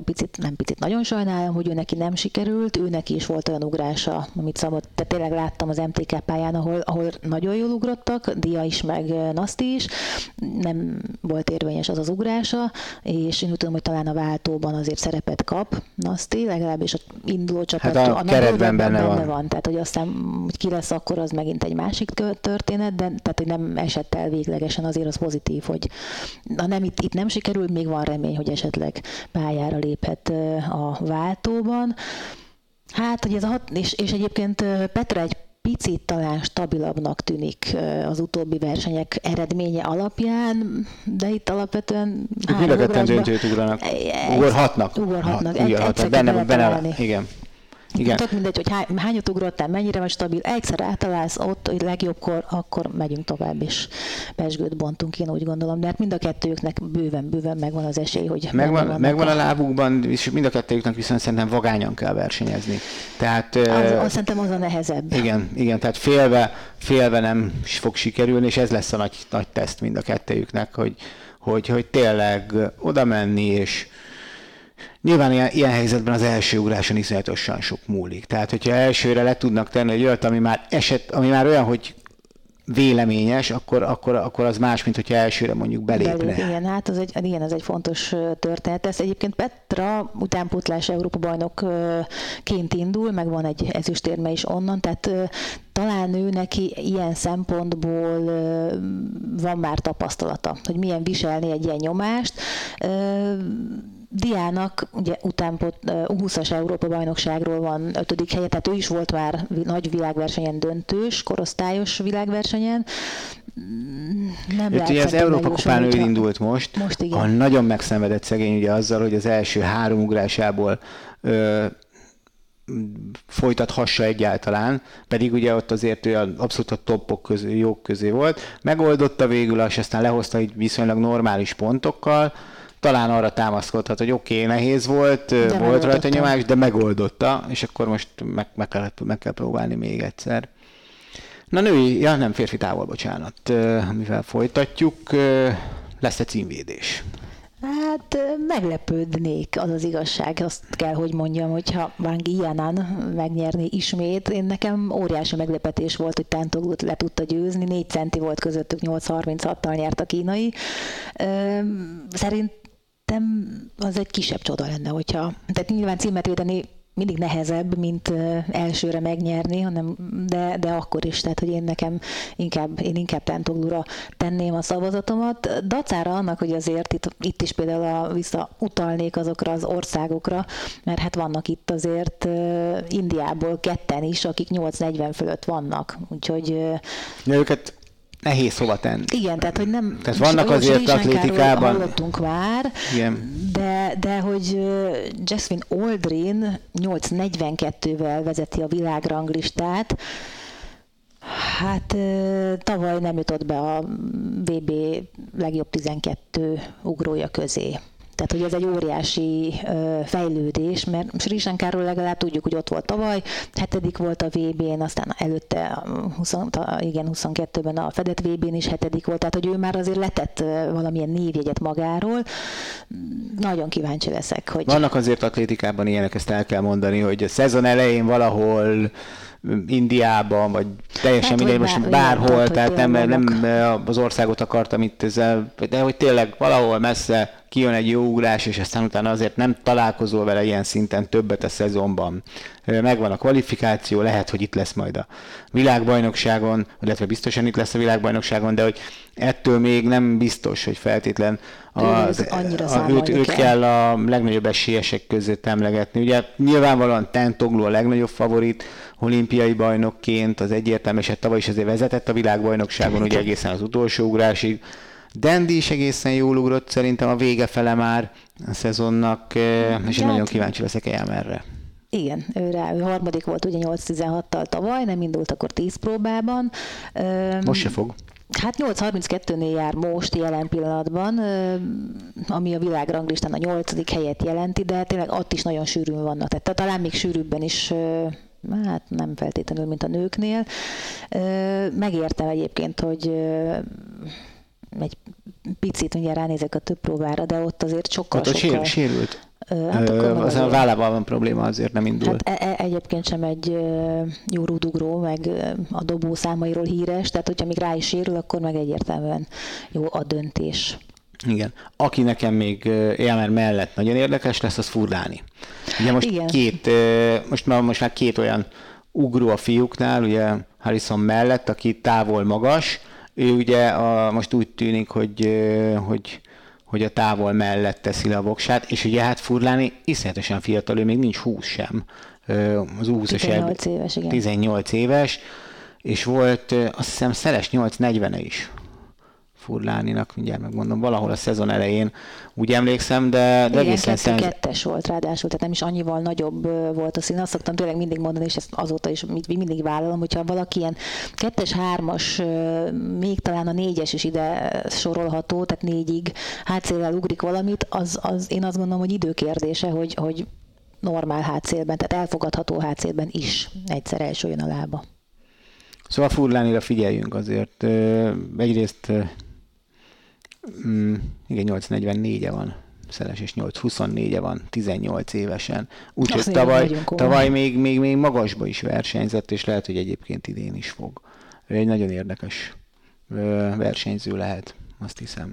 nagyon sajnálom, hogy ő neki nem sikerült, ő neki is volt olyan ugrása, amit szabad, tehát tényleg láttam az MTK pályán, ahol nagyon jól ugrottak, Dia is, meg Naszti is, nem volt érvényes az ugrása, és én úgy tudom, hogy talán a váltóban azért szerepet kap Naszti, legalábbis az induló csapat hát a keretben benne van. Tehát, hogy aztán hogy ki lesz akkor, az megint egy másik történet, de tehát, hogy nem esett el véglegesen, azért az pozitív, hogy ha nem itt nem sikerül, még van remény, hogy esetleg pályára léphet a váltóban. Hát, hogy ez és egyébként Petra egy picit talán stabilabbnak tűnik az utóbbi versenyek eredménye alapján, de itt alapvetően mind a ketten döntőt ugranak. Ugorhatnak. Benne, igen. Igen. Tök mindegy, hogy hányat ugrottál, mennyire vagy stabil, egyszer átalálsz ott, hogy legjobbkor, akkor megyünk tovább, és pezsgőt bontunk, én úgy gondolom. De hát mind a kettőjüknek bőven megvan az esély, hogy megvan a lábukban, és mind a kettőjüknek viszont szerintem vagányan kell versenyezni. Tehát, azt szerintem az a nehezebb. Igen, tehát félve nem fog sikerülni, és ez lesz a nagy teszt mind a kettőjüknek, hogy tényleg oda menni, és nyilván ilyen helyzetben az első ugráson iszonyatosan sok múlik. Tehát, hogyha elsőre le tudnak tenni egy olyat, ami már olyan, hogy véleményes, akkor az más, mint hogyha elsőre mondjuk belépne. Igen, hát ez egy fontos történet. Ez egyébként Petra utánpótlás Európa-bajnokként indul, meg van egy ezüstérme is onnan, tehát talán ő neki ilyen szempontból van már tapasztalata, hogy milyen viselni egy ilyen nyomást. Diának ugye U20-as Európa-bajnokságról van 5. helye, tehát ő is volt már nagy világversenyen döntős, korosztályos világversenyen. Nem lehet ugye az Európa-kupán ő indult most igen. Nagyon megszenvedett szegény ugye azzal, hogy az első 3 ugrásából folytathassa egyáltalán, pedig ugye ott azért ő abszolút a toppok közé, jók közé volt. Megoldotta végül, és aztán lehozta így viszonylag normális pontokkal. Talán arra támaszkodhat, hogy oké, nehéz volt rajta nyomás, de megoldotta, és akkor most meg kell próbálni még egyszer. Na nem férfi távol, bocsánat, mivel folytatjuk, lesz egy címvédés. Hát meglepődnék, az az igazság, azt kell, hogy mondjam, hogyha Wang Yianan megnyerni ismét. Nekem óriási meglepetés volt, hogy Tentoglót le tudta győzni, 4 centi volt közöttük, 8.36-tal nyert a kínai. Szerintem az egy kisebb csoda lenne, hogyha... Tehát nyilván címet védeni mindig nehezebb, mint elsőre megnyerni, de akkor is, tehát hogy én inkább Tentoglóra tenném a szavazatomat. Dacára annak, hogy azért itt is például visszautalnék azokra az országokra, mert hát vannak itt azért Indiából 2 is, akik 8.40 fölött vannak, úgyhogy... őket nehéz hova tenni. Igen, tehát hogy nem... Tehát vannak azért atlétikában... hallottunk már, igen. De hogy Jasmine Aldrin 8.42-vel vezeti a világranglistát, hát tavaly nem jutott be a VB legjobb 12 ugrója közé. Tehát, hogy ez egy óriási fejlődés, mert Sri Lankáról legalább tudjuk, hogy ott volt tavaly, 7. volt a VB-n, aztán előtte 22-ben a fedett VB-n is 7. volt, tehát, hogy ő már azért letett valamilyen névjegyet magáról. Nagyon kíváncsi leszek, hogy... Vannak azért atlétikában ilyenek, ezt el kell mondani, hogy a szezon elején valahol Indiában, vagy teljesen mindegy, most bárhol, tehát nem az országot akartam itt ezzel, de hogy tényleg valahol messze kijön egy jó ugrás, és aztán utána azért nem találkozol vele ilyen szinten többet a szezonban. Megvan a kvalifikáció, lehet, hogy itt lesz majd a világbajnokságon, illetve biztosan itt lesz a világbajnokságon, de hogy ettől még nem biztos, hogy feltétlen őt kell a legnagyobb esélyesek között emlegetni. Ugye nyilvánvalóan Tentogló a legnagyobb favorit, olimpiai bajnokként, az egyértelmű, és tavaly is azért vezetett a világbajnokságon, ugye egészen az utolsó ugrásig. Dandy is egészen jól ugrott szerintem a vége fele már a szezonnak, és én nagyon kíváncsi leszek erre. Igen, ő 3. volt ugye 8.16-tal tavaly, nem indult akkor 10 próbában. Most se fog. Hát 8.32-nél jár most jelen pillanatban, ami a világranglistán a 8. helyet jelenti, de tényleg ott is nagyon sűrűn vannak, tehát talán még sűrűbben is, hát nem feltétlenül, mint a nőknél. Megértem egyébként, hogy egy picit ugye ránézek a több próbára, de ott azért sokkal... Sérült. Az a vállával van probléma, azért nem indul. Hát egyébként sem egy jó rúdugró, meg a dobó számairól híres, tehát hogyha még rá is sérül, akkor meg egyértelműen jó a döntés. Igen. Aki nekem még Elmer mellett nagyon érdekes lesz, az Furlani. Ugye most most már 2 olyan ugró a fiúknál, ugye Harrison mellett, aki távol magas, ő ugye most úgy tűnik, hogy a távol mellett teszi le a voksát, és ugye hát Furlani iszonyatosan fiatal, ő még nincs 20 sem. Az 18 éves, igen. 18 éves, és volt azt hiszem szeles 8.40-e is Furláninak, mindjárt megmondom, valahol a szezon elején, úgy emlékszem, de egészen... 2-2-es volt ráadásul, tehát nem is annyival nagyobb volt a szín. Azt szoktam tényleg mindig mondani, és ezt azóta is mindig vállalom, hogyha valaki ilyen 2-es, 3-as, még talán a 4-es is ide sorolható, tehát 4-ig hátszéllel ugrik valamit, az én azt gondolom, hogy időkérdése, hogy normál hátszélben, tehát elfogadható hátszélben is egyszer elsőjön a lába. Szóval Furlánira figyeljünk azért. Egyrészt igen, 8.44-e van szeles, és 8.24-e van 18 évesen. Úgyhogy tavaly még magasba is versenyzett, és lehet, hogy egyébként idén is fog. Ő egy nagyon érdekes versenyző lehet, azt hiszem.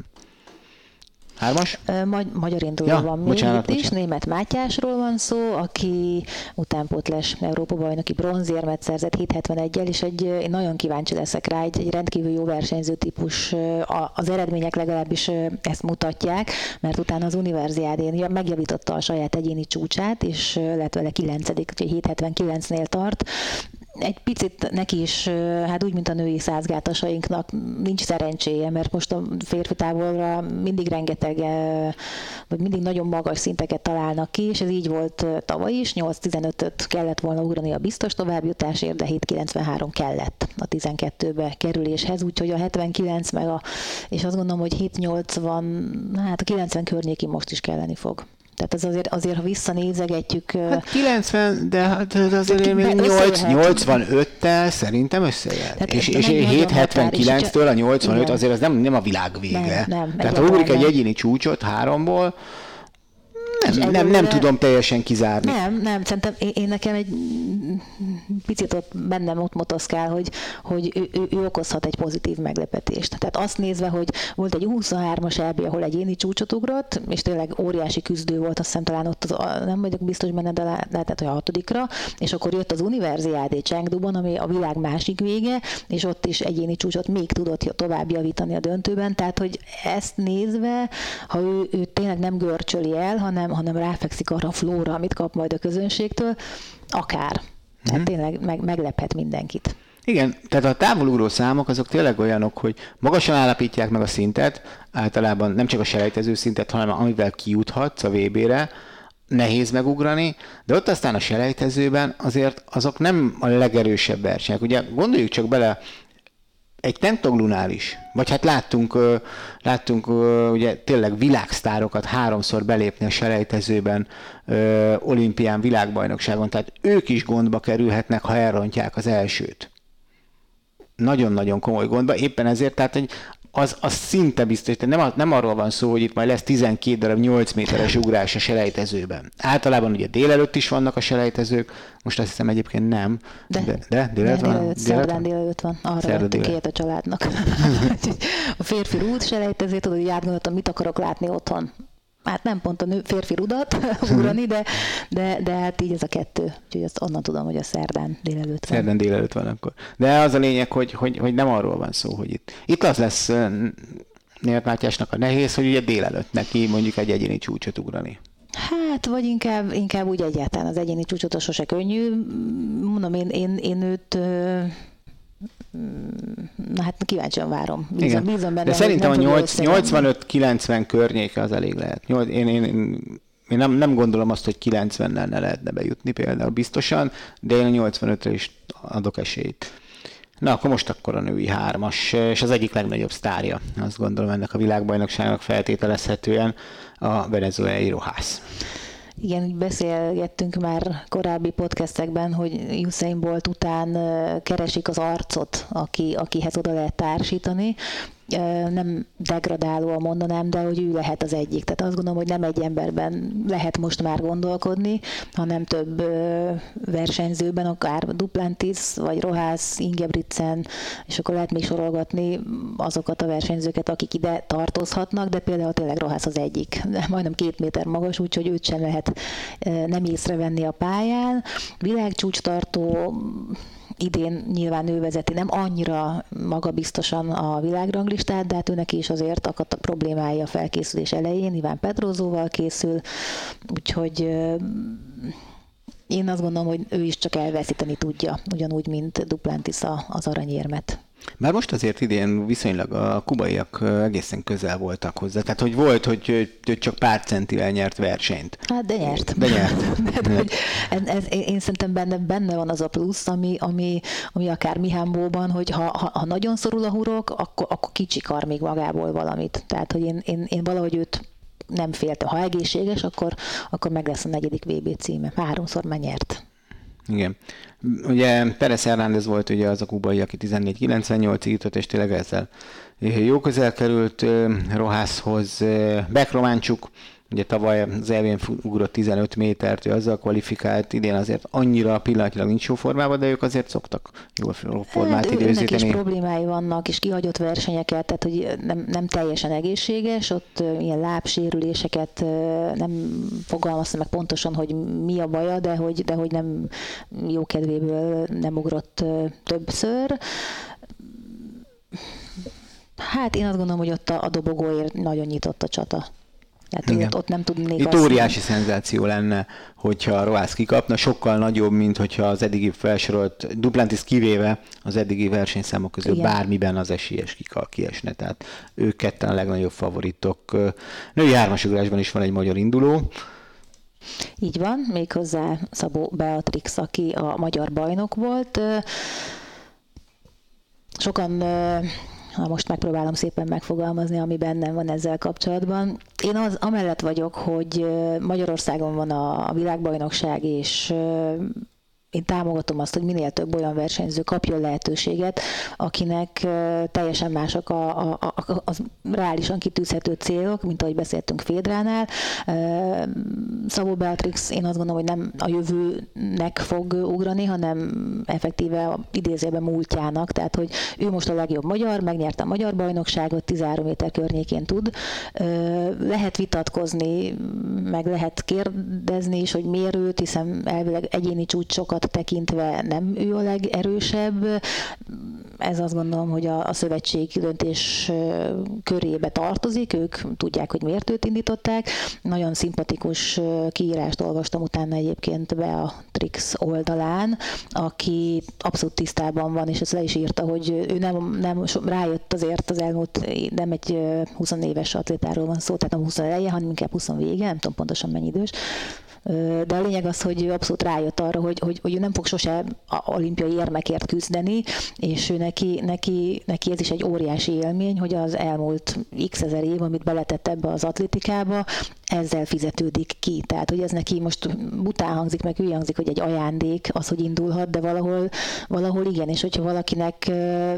3-as? Magyar induló van még itt is. Német Mátyásról van szó, aki utánpótlás Európa-bajnoki bronzérmet szerzett 7.71-el, és én nagyon kíváncsi leszek rá, egy rendkívül jó versenyző típus. Az eredmények legalábbis ezt mutatják, mert utána az Universiádén megjavította a saját egyéni csúcsát, és lett vele 9., úgyhogy 7.79-nél tart. Egy picit neki is, hát úgy, mint a női százgátasainknak nincs szerencséje, mert most a férfi távolra mindig rengeteg, vagy mindig nagyon magas szinteket találnak ki, és ez így volt tavaly is, 8.15-öt kellett volna ugrani a biztos továbbjutásért, de 7.93 kellett a 12-be kerüléshez, úgyhogy a 79 és azt gondolom, hogy 7.80, hát a 90 környéki most is kelleni fog. Tehát ez azért ha visszanézegetjük... Hát 90, de hát azért még 85-tel szerintem összejöhet. És 7.79-től a 85 azért az nem a világ vége. Nem, tehát ha ugrik egy egyéni csúcsot 3-ból, nem tudom teljesen kizárni. Nem, szerintem én nekem egy picit bennem ott motoszkál, hogy ő okozhat egy pozitív meglepetést. Tehát azt nézve, hogy volt egy 23-as EB, ahol egyéni csúcsot ugrott, és tényleg óriási küzdő volt, azt hiszem talán ott nem vagyok biztos benne, de lehetett, hogy a 6-ra, és akkor jött az Universiádé Chengduban, ami a világ másik vége, és ott is egyéni csúcsot még tudott tovább javítani a döntőben, tehát hogy ezt nézve, ha ő tényleg nem görcsöli el, hanem ráfekszik arra a flóra, amit kap majd a közönségtől, akár. Tehát tényleg meglephet mindenkit. Igen, tehát a távolugró számok azok tényleg olyanok, hogy magasan állapítják meg a szintet, általában nem csak a selejtező szintet, hanem amivel kijuthatsz a VB-re, nehéz megugrani, de ott aztán a selejtezőben azért azok nem a legerősebb versenyek. Ugye gondoljuk csak bele, egy Tentoglunál is, vagy hát láttunk ugye tényleg világsztárokat 3-szor belépni a selejtezőben, olimpián, világbajnokságon, tehát ők is gondba kerülhetnek, ha elrontják az elsőt. Nagyon-nagyon komoly gondba, éppen ezért, tehát hogy az szinte biztos, nem arról van szó, hogy itt majd lesz 12 darab 8 méteres ugrás a selejtezőben. Általában ugye délelőtt is vannak a selejtezők, most azt hiszem egyébként nem. De délelőtt van? Szerdán délelőtt van. Arra vettünk ilyet a családnak. A férfi rúd selejtező, tudod, hogy átgondoltam, mit akarok látni otthon. Hát nem pont a férfi rudat ugrani, de hát így ez a kettő. Úgyhogy azt onnan tudom, hogy a szerdán délelőtt van. Szerdán délelőtt van akkor. De az a lényeg, hogy nem arról van szó, hogy itt az lesz Németh Mátyásnak a nehéz, hogy ugye délelőtt neki mondjuk egy egyéni csúcsot ugrani. Hát, vagy inkább úgy egyáltalán az egyéni csúcsot sose könnyű. Mondom, én őt... Na hát kíváncsian várom. Bízom benne, de szerintem a 85-90 környéke az elég lehet. Én nem gondolom azt, hogy 90-nel ne lehetne bejutni például biztosan, de én a 85-re is adok esélyt. Na, akkor a női 3-as, és az egyik legnagyobb sztárja, azt gondolom ennek a világbajnokságnak feltételezhetően a venezuelai Rojas. Igen, úgy beszélgettünk már korábbi podcastekben, hogy Usain Bolt után keresik az arcot, akihez oda lehet társítani. Nem degradálóan mondanám, de hogy ő lehet az egyik. Tehát azt gondolom, hogy nem egy emberben lehet most már gondolkodni, hanem több versenyzőben, akár Duplantis, vagy Rojas, Ingebrigtsen, és akkor lehet még sorolgatni azokat a versenyzőket, akik ide tartozhatnak, de például tényleg Rojas az egyik. Majdnem 2 méter magas, úgyhogy őt sem lehet nem észrevenni a pályán. Világcsúcstartó, idén nyilván ő vezeti, nem annyira magabiztosan a világranglistát, de hát őnek is azért akadtak problémái a felkészülés elején, Iván Pedrozóval készül, úgyhogy én azt gondolom, hogy ő is csak elveszíteni tudja, ugyanúgy, mint Duplantis az aranyérmet. Bár most azért idén viszonylag a kubaiak egészen közel voltak hozzá. Tehát, hogy volt, hogy csak pár centivel nyert versenyt. Hát, de nyert. Én szerintem benne van az a plusz, ami akár Mihambóban, hogy ha nagyon szorul a hurok, akkor kicsikar még magából valamit. Tehát, hogy én valahogy őt nem féltem. Ha egészséges, akkor meg lesz a 4. VB címe. 3-szor már nyert. Igen. Ugye Pérez Hernández volt ugye az a kubai, aki 14.98-ig jutott, és tényleg ezzel jó közel került Rojashoz. Beck Románcsuk ugye tavaly az elvén ugrott 15 métert, ő azzal kvalifikált, idén azért annyira pillanatilag nincs jó formában, de ők azért szoktak jó formát időzíteni. Őnek is problémái vannak, és kihagyott versenyeket, tehát hogy nem teljesen egészséges, ott ilyen lábsérüléseket nem fogalmazta meg pontosan, hogy mi a baja, de hogy nem jó kedvéből nem ugrott többször. Hát én azt gondolom, hogy ott a dobogóért nagyon nyitott a csata. Tehát ott nem tudnék itt óriási szenzáció lenne, hogyha a Roász kikapna, sokkal nagyobb, mint hogyha az eddigi felsorolt, Duplantis kivéve az eddigi versenyszámok közül bármiben az esélyes kiesne. Tehát ők ketten a legnagyobb favoritok. Női hármasugrásban is van egy magyar induló. Így van, méghozzá Szabó Beatrix, aki a magyar bajnok volt. Sokan... most megpróbálom szépen megfogalmazni, ami bennem van ezzel kapcsolatban. Én amellett vagyok, hogy Magyarországon van a világbajnokság, és én támogatom azt, hogy minél több olyan versenyző kapjon lehetőséget, akinek teljesen mások az reálisan kitűzhető célok, mint ahogy beszéltünk Fédránál. Szabó Beatrix, én azt gondolom, hogy nem a jövőnek fog ugrani, hanem effektíve idézőben múltjának, tehát hogy ő most a legjobb magyar, megnyerte a magyar bajnokságot, 13 méter környékén tud. Lehet vitatkozni, meg lehet kérdezni is, hogy miért őt, hiszen elvileg egyéni csúcsokat tekintve nem ő a legerősebb. Ez azt gondolom, hogy a szövetség döntés körébe tartozik, ők tudják, hogy miért őt indították. Nagyon szimpatikus kiírást olvastam utána egyébként Beatrix oldalán, aki abszolút tisztában van, és ezt le is írta, hogy ő nem rájött azért az elmúlt, nem egy 20 éves atlétáról van szó, tehát nem 20 eleje, hanem inkább 20 vége, nem tudom pontosan mennyi idős. De a lényeg az, hogy ő abszolút rájött arra, hogy ő nem fog sose olimpiai érmekért küzdeni, és ő neki ez is egy óriási élmény, hogy az elmúlt x ezer év, amit beletett ebbe az atlétikába, ezzel fizetődik ki. Tehát, hogy ez neki most bután hangzik, meg hülye hangzik, hogy egy ajándék az, hogy indulhat, de valahol igen, és hogyha valakinek...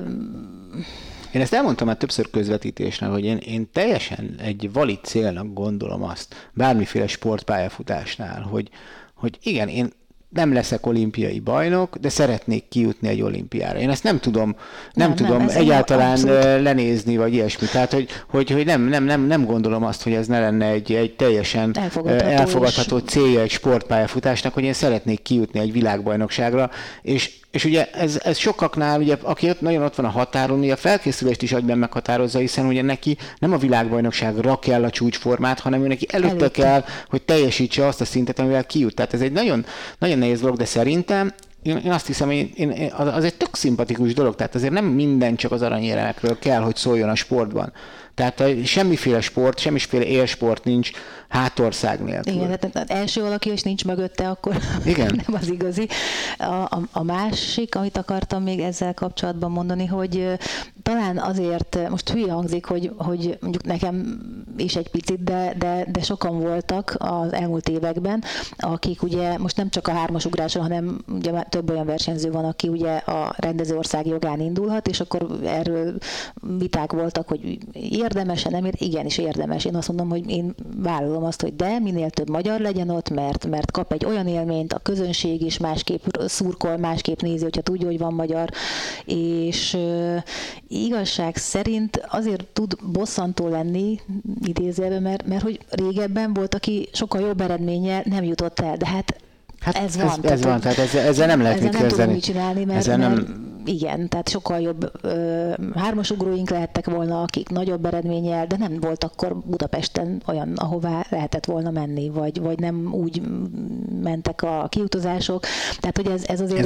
Én ezt elmondtam már többször közvetítésnél, hogy én teljesen egy valid célnak gondolom azt, bármiféle sportpályafutásnál, hogy igen, én nem leszek olimpiai bajnok, de szeretnék kijutni egy olimpiára. Én ezt nem tudom egyáltalán lenézni, vagy ilyesmi. Tehát, hogy nem gondolom azt, hogy ez ne lenne egy teljesen elfogadható célja egy sportpályafutásnak, hogy én szeretnék kijutni egy világbajnokságra, és ugye ez sokaknál, ugye, aki nagyon ott van a határon, ugye a felkészülést is agyban meghatározza, hiszen ugye neki nem a világbajnokságra kell a csúcsformát, hanem ő neki előtte kell, hogy teljesítse azt a szintet, amivel kijut. Tehát ez egy nagyon, nagyon nehéz dolog, de szerintem én azt hiszem, hogy az egy tök szimpatikus dolog, tehát azért nem minden csak az aranyéremekről kell, hogy szóljon a sportban. Tehát semmiféle sport, semmiféle élsport nincs hátország nélkül. Igen, tehát első valaki, és nincs mögötte, akkor igen. nem az igazi. A másik, amit akartam még ezzel kapcsolatban mondani, hogy talán azért, most hülye hangzik, hogy mondjuk nekem is egy picit, de sokan voltak az elmúlt években, akik ugye most nem csak a hármasugráson, hanem ugye több olyan versenyző van, aki ugye a rendezőország jogán indulhat, és akkor erről viták voltak, hogy érdemes-e, nem igenis érdemes. Én azt mondom, hogy én vállalom azt, hogy de minél több magyar legyen ott, mert kap egy olyan élményt, a közönség is másképp szurkol, másképp nézi, hogyha tudja, hogy van magyar, és igazság szerint azért tud bosszantó lenni, idézőjelben, mert hogy régebben volt, aki sokkal jobb eredménnyel nem jutott el, de hát ez van. Tehát ezzel nem lehet mit kezdeni. Ezzel nem tudunk mit csinálni, mert igen, tehát sokkal jobb hármasugróink lehettek volna, akik nagyobb eredménnyel, de nem volt akkor Budapesten olyan, ahová lehetett volna menni, vagy nem úgy mentek a kiutazások. Tehát, hogy ez azért...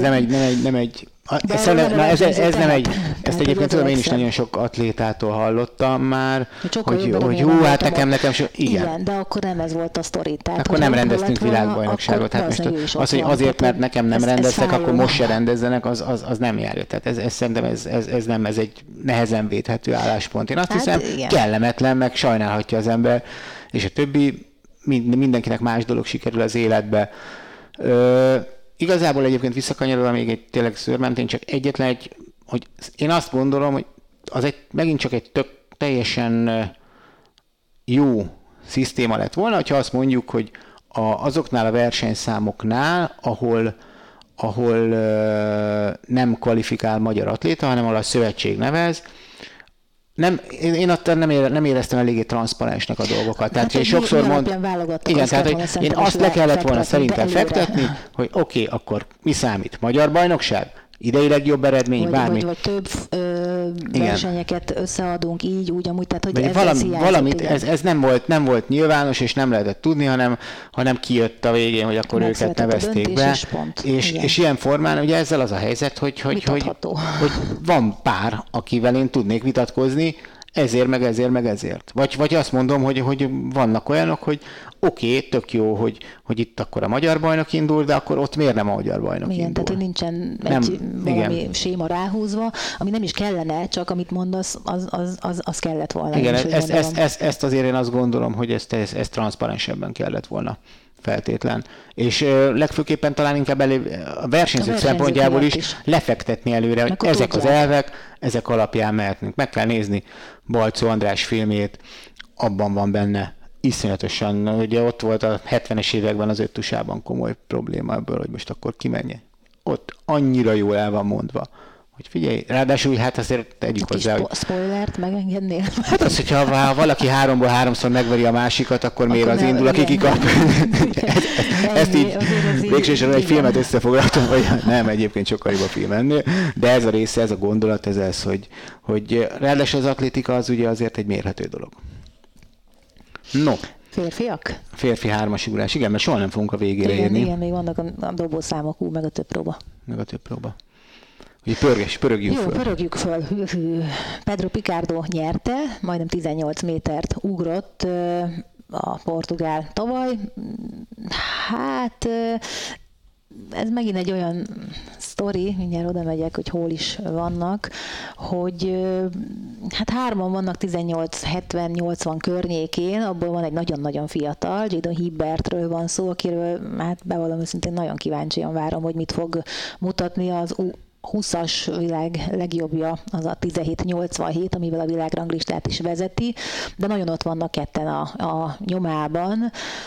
Ezt egyébként tudom, én is nagyon sok atlétától hallottam már, hogy hú, hát nekem igen. De akkor nem ez volt a sztori. Akkor nem rendeztünk világbajnokságot. Hát most az, hogy azért, mert nekem nem rendeztek, akkor most se rendezzenek, az nem jár. Tehát szerintem ez egy nehezen védhető álláspont. Én azt hiszem, kellemetlen, meg sajnálhatja az ember, és a többi mindenkinek más dolog sikerül az életbe. Igazából egyébként visszakanyarodva még egy tényleg szőrmentén, csak egyetlen hogy én azt gondolom, hogy az megint csak egy teljesen jó szisztéma lett volna, hogyha azt mondjuk, hogy azoknál a versenyszámoknál, ahol nem kvalifikál magyar atléta, hanem ahol a szövetség nevez, én attól nem éreztem eléggé transzparensnek a dolgokat. Tehát, hogy sokszor igen, tehát, hogy én azt le kellett volna szerintem fektetni, hogy oké, akkor mi számít? Magyar bajnokság? Idei legjobb eredmény, bármi. Vagy több versenyeket összeadunk így, úgy, amúgy, tehát hogy valamit, ez nem volt nyilvános, és nem lehetett tudni, hanem kijött a végén, hogy akkor őket nevezték be. És ilyen formán, ugye ezzel az a helyzet, hogy van pár, akivel én tudnék vitatkozni, ezért, meg ezért. Vagy azt mondom, hogy vannak olyanok, hogy oké, tök jó, hogy itt akkor a magyar bajnok indul, de akkor ott miért nem a magyar bajnok indul? Igen, tehát hogy nincsen valami séma ráhúzva, ami nem is kellene, csak amit mondasz, az kellett volna. Igen, ezt azért én azt gondolom, hogy ezt transzparensebben kellett volna feltétlen. És legfőképpen talán inkább a versenyzők szempontjából is lefektetni előre, hogy ezek az elvek, ezek alapján mehetünk. Meg kell nézni Balczó András filmjét, abban van benne iszonyatosan, ugye ott volt a 70-es években az öttusában komoly probléma ebből, hogy most akkor kimenje. Ott annyira jól el van mondva, hogy figyelj, ráadásul hát azért tegyük hozzá, hogy... Spoilert megengednél? Hát az, hogyha valaki 3-ból 3-szor megveri a másikat, akkor miért az indul, aki kikap? Ezt így végsősorban egy filmet összefoglaltam, vagy nem, egyébként sokkal jobb a film ennél, de ez a része, ez a gondolat, ez, hogy ráadásul az atlétika az ugye azért egy mérhető dolog. No. Férfiak? Férfi 3-as ugrás, igen, mert soha nem fogunk a végére érni. Igen, még vannak a dobószámok, meg a több próba. Ugye pörögjük föl. Pörögjük föl. Pedro Picardo nyerte, majdnem 18 métert ugrott a portugál tavaly. Hát ez megint egy olyan sztori, mindjárt oda megyek, hogy hol is vannak, hogy hát 3-an vannak 18-70-80 környékén, abból van egy nagyon-nagyon fiatal, Jadon Hibbertről van szó, akiről hát bevallom őszintén nagyon kíváncsian várom, hogy mit fog mutatni az 20-as világ legjobbja, az a 1787, amivel a világranglistát is vezeti, de nagyon ott vannak ketten a nyomában.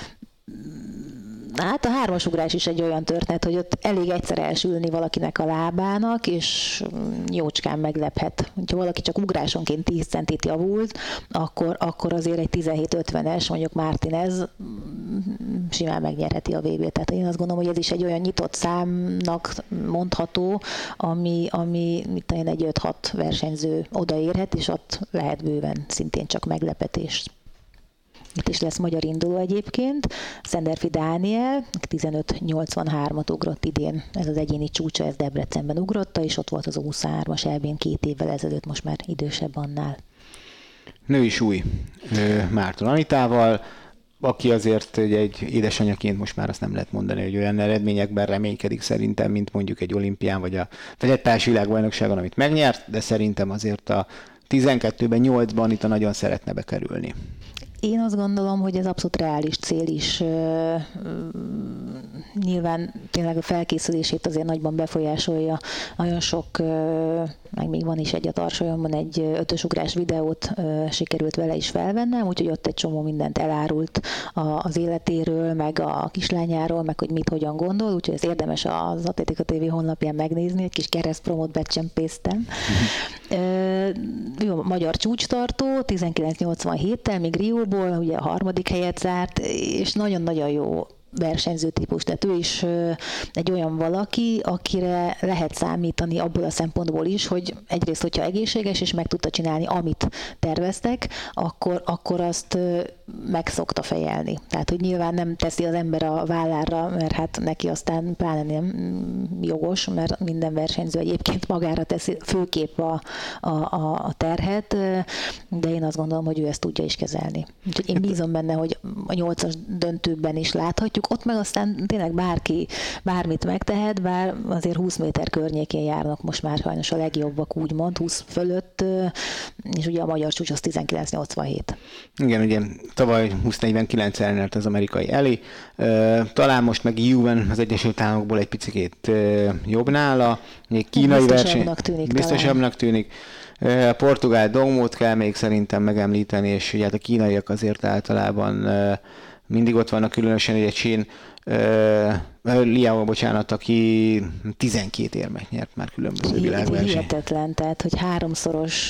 Hát a 3-as ugrás is egy olyan történet, hogy ott elég egyszer elsülni valakinek a lábának, és jócskán meglephet. Ha valaki csak ugrásonként 10 centit javult, akkor azért egy 17-50-es, mondjuk Martinez simán megnyerheti a VB-t. Tehát én azt gondolom, hogy ez is egy olyan nyitott számnak mondható, ami mit tudom, egy 5-6 versenyző odaérhet, és ott lehet bőven szintén csak meglepetés. Itt is lesz magyar induló egyébként. Szenderfi Dániel 15.83-at ugrott idén. Ez az egyéni csúcsa, ez Debrecenben ugrotta, és ott volt az 23-as EB-n 2 évvel ezelőtt, most már idősebb annál. Női súly Márton Anitával, aki azért egy édesanyaként most már azt nem lehet mondani, hogy olyan eredményekben reménykedik szerintem, mint mondjuk egy olimpián, vagy egy társ világbajnokságon, amit megnyert, de szerintem azért a 12-ben, 8-ban Anita nagyon szeretne bekerülni. Én azt gondolom, hogy ez abszolút reális cél is. Nyilván tényleg a felkészülését azért nagyban befolyásolja. Nagyon sok, meg még van is egy a Tarsolyomban egy 5-ös ugrás videót sikerült vele is felvennem, úgyhogy ott egy csomó mindent elárult az életéről, meg a kislányáról, meg hogy mit, hogyan gondol, úgyhogy ez érdemes az Atlétika TV honlapján megnézni, egy kis keresztpromót becsempésztem. Ő a magyar csúcstartó, 1987-tel, még Rióból, ugye a 3. helyet zárt, és nagyon-nagyon jó versenyző típus. Tehát ő is egy olyan valaki, akire lehet számítani abból a szempontból is, hogy egyrészt, hogyha egészséges, és meg tudta csinálni, amit terveztek, akkor azt meg szokta fejelni. Tehát, hogy nyilván nem teszi az ember a vállára, mert hát neki aztán pláne nem jogos, mert minden versenyző egyébként magára teszi főképp a terhet, de én azt gondolom, hogy ő ezt tudja is kezelni. Úgyhogy én bízom benne, hogy a 8-as döntőben is láthatjuk. ott meg aztán tényleg bárki bármit megtehet, bár azért 20 méter környékén járnak most már sajnos a legjobbak, úgymond 20 fölött, és ugye a magyar csúcs az 19.87. Igen, ugye tavaly 20.49 elnyert az amerikai Eli, talán most meg EU-ben az Egyesült Államokból egy picikét jobb nála, egy kínai verseny biztosabbnak tűnik. A portugál Dongmót kell még szerintem megemlíteni, és ugye hát a kínaiak azért általában mindig ott vannak, különösen egy Csin, Liao, bocsánat, aki 12 érmet nyert már különböző világversenyen. Hihetetlen, tehát, hogy háromszoros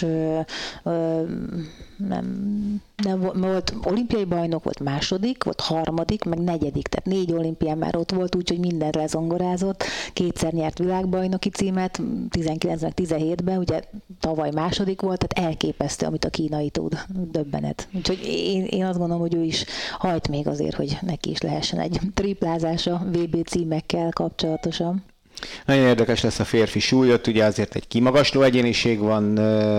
nem volt olimpiai bajnok, volt második, volt harmadik, meg negyedik, tehát 4 olimpián már ott volt, úgyhogy mindent lezongorázott, 2-szer nyert világbajnoki címet, 19 meg 17-ben, ugye tavaly második volt, tehát elképesztő, amit a kínai tud, döbbenet. Úgyhogy én azt gondolom, hogy ő is hajt még azért, hogy neki is lehessen egy triplázása VB címekkel kapcsolatosan. Nagyon érdekes lesz a férfi súlyot, ugye azért egy kimagasló egyéniség van.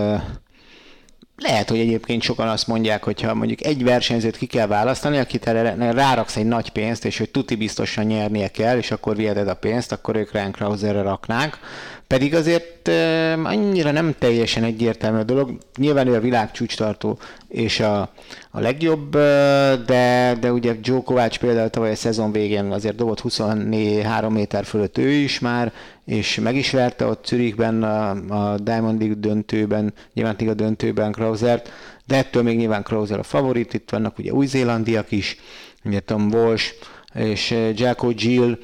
Lehet, hogy egyébként sokan azt mondják, hogy ha mondjuk egy versenyzőt ki kell választani, akit ráraksz egy nagy pénzt, és hogy tuti biztosan nyernie kell, és akkor viheted a pénzt, akkor ők Ryan Crouserre raknák. Pedig azért annyira nem teljesen egyértelmű a dolog. Nyilván ő a világ csúcstartó és a legjobb, de ugye Joe Kovács például tavaly a szezon végén azért dobott 23 méter fölött ő is már, és meg is verte ott Zürichben a Diamond League döntőben, nyilván a döntőben Krausert, de ettől még nyilván Krauser a favorit, itt vannak ugye új-zélándiak is, ugye Tom Walsh és Jacko Gill,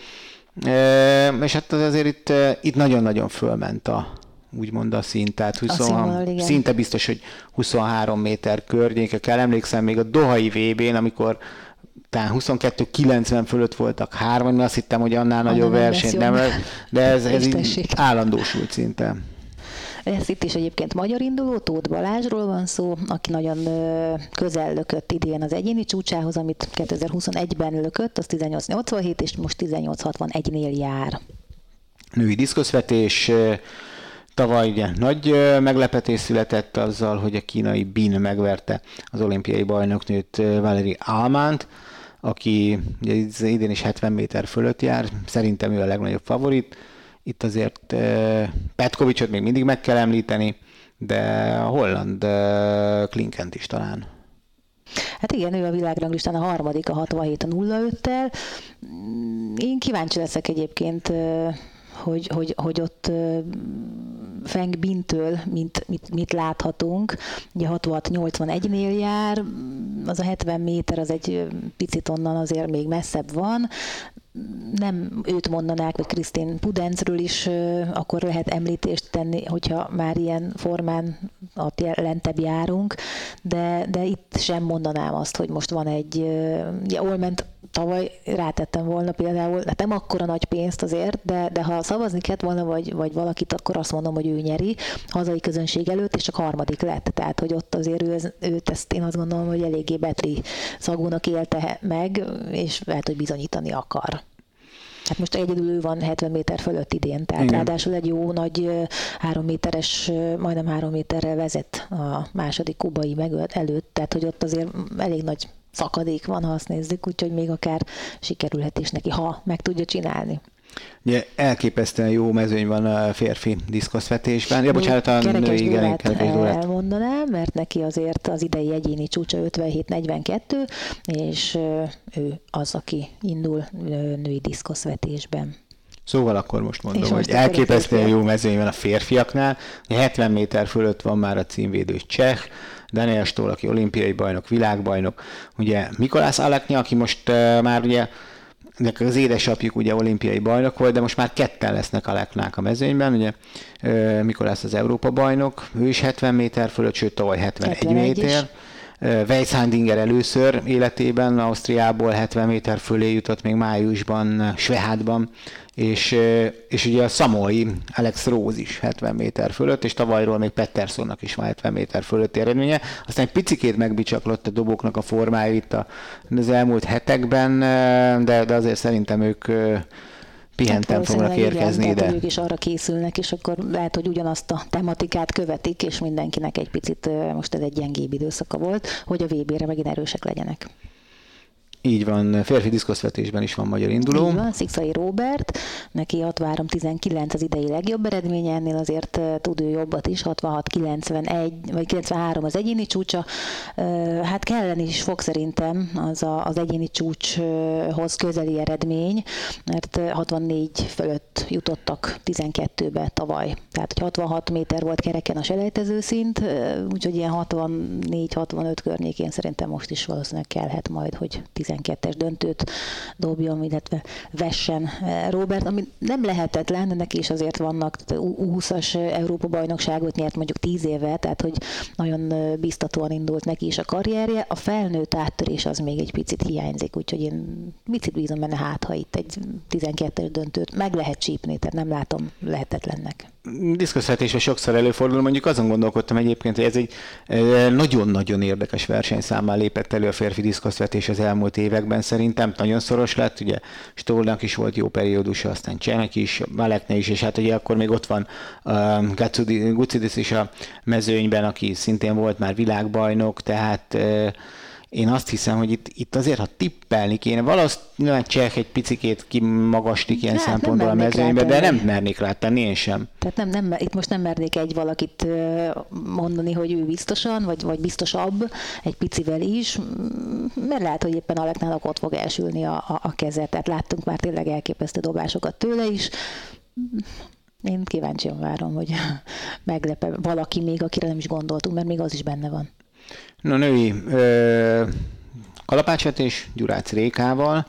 és hát azért itt nagyon-nagyon fölment úgymond a szint, tehát szinte biztos, hogy 23 méter környéke kell. Emlékszem még a dohai VB-n, amikor talán 22-90 fölött voltak 3, azt hittem, hogy annál nagyobb versenyt nem, de ez így állandósult szinte. Ez itt is egyébként magyar induló, Tóth Balázsról van szó, aki nagyon közel lökött idén az egyéni csúcsához, amit 2021-ben lökött, az 18.87, és most 18.61-nél jár. Női diszkoszvetés, tavaly ugye nagy meglepetés született azzal, hogy a kínai Bin megverte az olimpiai bajnoknőt, Valérie Almánt, aki ugye idén is 70 méter fölött jár, szerintem ő a legnagyobb favorit. Itt azért Petkovicsot még mindig meg kell említeni, de a holland Klinkent is talán. Hát igen, ő a világranglistán a harmadik, a 67-05-tel. Én kíváncsi leszek egyébként, hogy ott Feng Bintől mit láthatunk. Ugye 66-81-nél jár, az a 70 méter az egy picit onnan azért még messzebb van. Nem őt mondanák, vagy Krisztin Pudencről is akkor lehet említést tenni, hogyha már ilyen formán lentebb járunk, de itt sem mondanám azt, hogy most van egy, ugye Olment tavaly rátettem volna például, hát nem akkora nagy pénzt azért, de ha szavazni kellett volna, vagy valakit, akkor azt mondom, hogy ő nyeri hazai közönség előtt, és csak harmadik lett. Tehát, hogy ott azért őt ezt én azt gondolom, hogy eléggé betli szagúnak élte meg, és lehet, hogy bizonyítani akar. Hát most egyedül ő van 70 méter fölött idén, tehát igen. Ráadásul egy jó nagy 3 méteres, majdnem 3 méterrel vezet a második kubai előtt, tehát hogy ott azért elég nagy szakadék van, ha azt nézzük, úgyhogy még akár sikerülhet is neki, ha meg tudja csinálni. Ugye elképesztően jó mezőny van a férfi diszkoszvetésben. Ja, bocsánat, a női kerekesdúrát elmondanám, mert neki azért az idei egyéni csúcsa 57-42, és ő az, aki indul női diszkoszvetésben. Szóval akkor most mondom, hogy elképesztően jó mezőny van a férfiaknál. 70 méter fölött van már a címvédő cseh, Daniel Stoll, aki olimpiai bajnok, világbajnok. Ugye Mikoláš Aleknya, aki most már ugye az édesapjuk ugye olimpiai bajnok volt, de most már ketten lesznek Aleknák a mezőnyben, ugye Mikoláš az Európa bajnok, ő is 70 méter fölött, sőt tavaly 71 méter. Weiss Handinger először életében Ausztriából 70 méter fölé jutott még májusban, Svehádban, és ugye a szamói Alex Rose is 70 méter fölött, és tavalyról még Petterssonnak is van 70 méter fölötti eredménye. Aztán egy picikét megbicsaklott a dobóknak a formája itt az elmúlt hetekben, de azért szerintem ők pihenten fognak érkezni ide. Ők is arra készülnek, és akkor lehet, hogy ugyanazt a tematikát követik, és mindenkinek egy picit, most ez egy gyengébb időszaka volt, hogy a VB-re megint erősek legyenek. Így van, férfi diszkoszvetésben is van magyar induló. Így van, Szikszai Róbert, neki 63-19 az idei legjobb eredménye, ennél azért tud ő jobbat is, 66-91, vagy 93 az egyéni csúcsa. Hát kellene is fog szerintem az egyéni csúcshoz közeli eredmény, mert 64 fölött jutottak 12-be tavaly. Tehát, hogy 66 méter volt kereken a selejtező szint, úgyhogy ilyen 64-65 környékén szerintem most is valószínűleg kellhet majd, hogy 12-es döntőt dobjon, illetve vessen Róbert, ami nem lehetetlen, de neki is azért vannak, U20-as Európa-bajnokságot nyert mondjuk 10 éve, tehát hogy nagyon biztatóan indult neki is a karrierje. A felnőtt áttörés az még egy picit hiányzik, úgyhogy én picit bízom benne, hát ha itt egy 12-es döntőt meg lehet csípni, tehát nem látom lehetetlennek. Diszkoszvetésben sokszor előfordul, mondjuk azon gondolkodtam egyébként, hogy ez egy nagyon-nagyon érdekes versenyszámmal lépett elő a férfi diszkoszvetés az elmúlt években, szerintem nagyon szoros lett, ugye Stollnak is volt jó periódusa, aztán Csenek is, Malekne is, és hát ugye akkor még ott van Gucidis is a mezőnyben, aki szintén volt már világbajnok, tehát én azt hiszem, hogy itt azért, ha tippelni kéne, valószínűleg Cseh egy picikét kimagaslik ilyen szempontból a mezőnybe, de nem mernék rátenni én sem. Tehát itt most nem mernék egy valakit mondani, hogy ő biztosan, vagy biztosabb, egy picivel is, mert lehet, hogy éppen Aleknának ott fog elsülni a keze. Tehát láttunk már tényleg elképesztő dobásokat tőle is. Én kíváncsian várom, hogy meglepe valaki még, akire nem is gondoltunk, mert még az is benne van. No, női kalapácsvetés Gyurácz Rékával.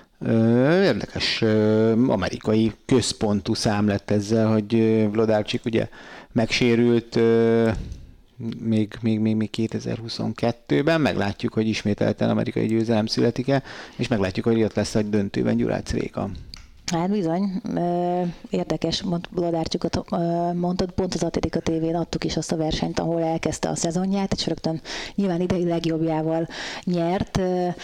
Érdekes amerikai központú szám lett ezzel, hogy Wlodarczyk ugye megsérült még 2022-ben, meglátjuk, hogy ismételten amerikai győzelem születik-e, és meglátjuk, hogy ott lesz a döntőben Gyurácz Réka. Hát bizony, érdekes, Wlodarczykot mondtad, pont az Atlétika TV-n adtuk is azt a versenyt, ahol elkezdte a szezonját, és rögtön nyilván idei legjobbjával nyert,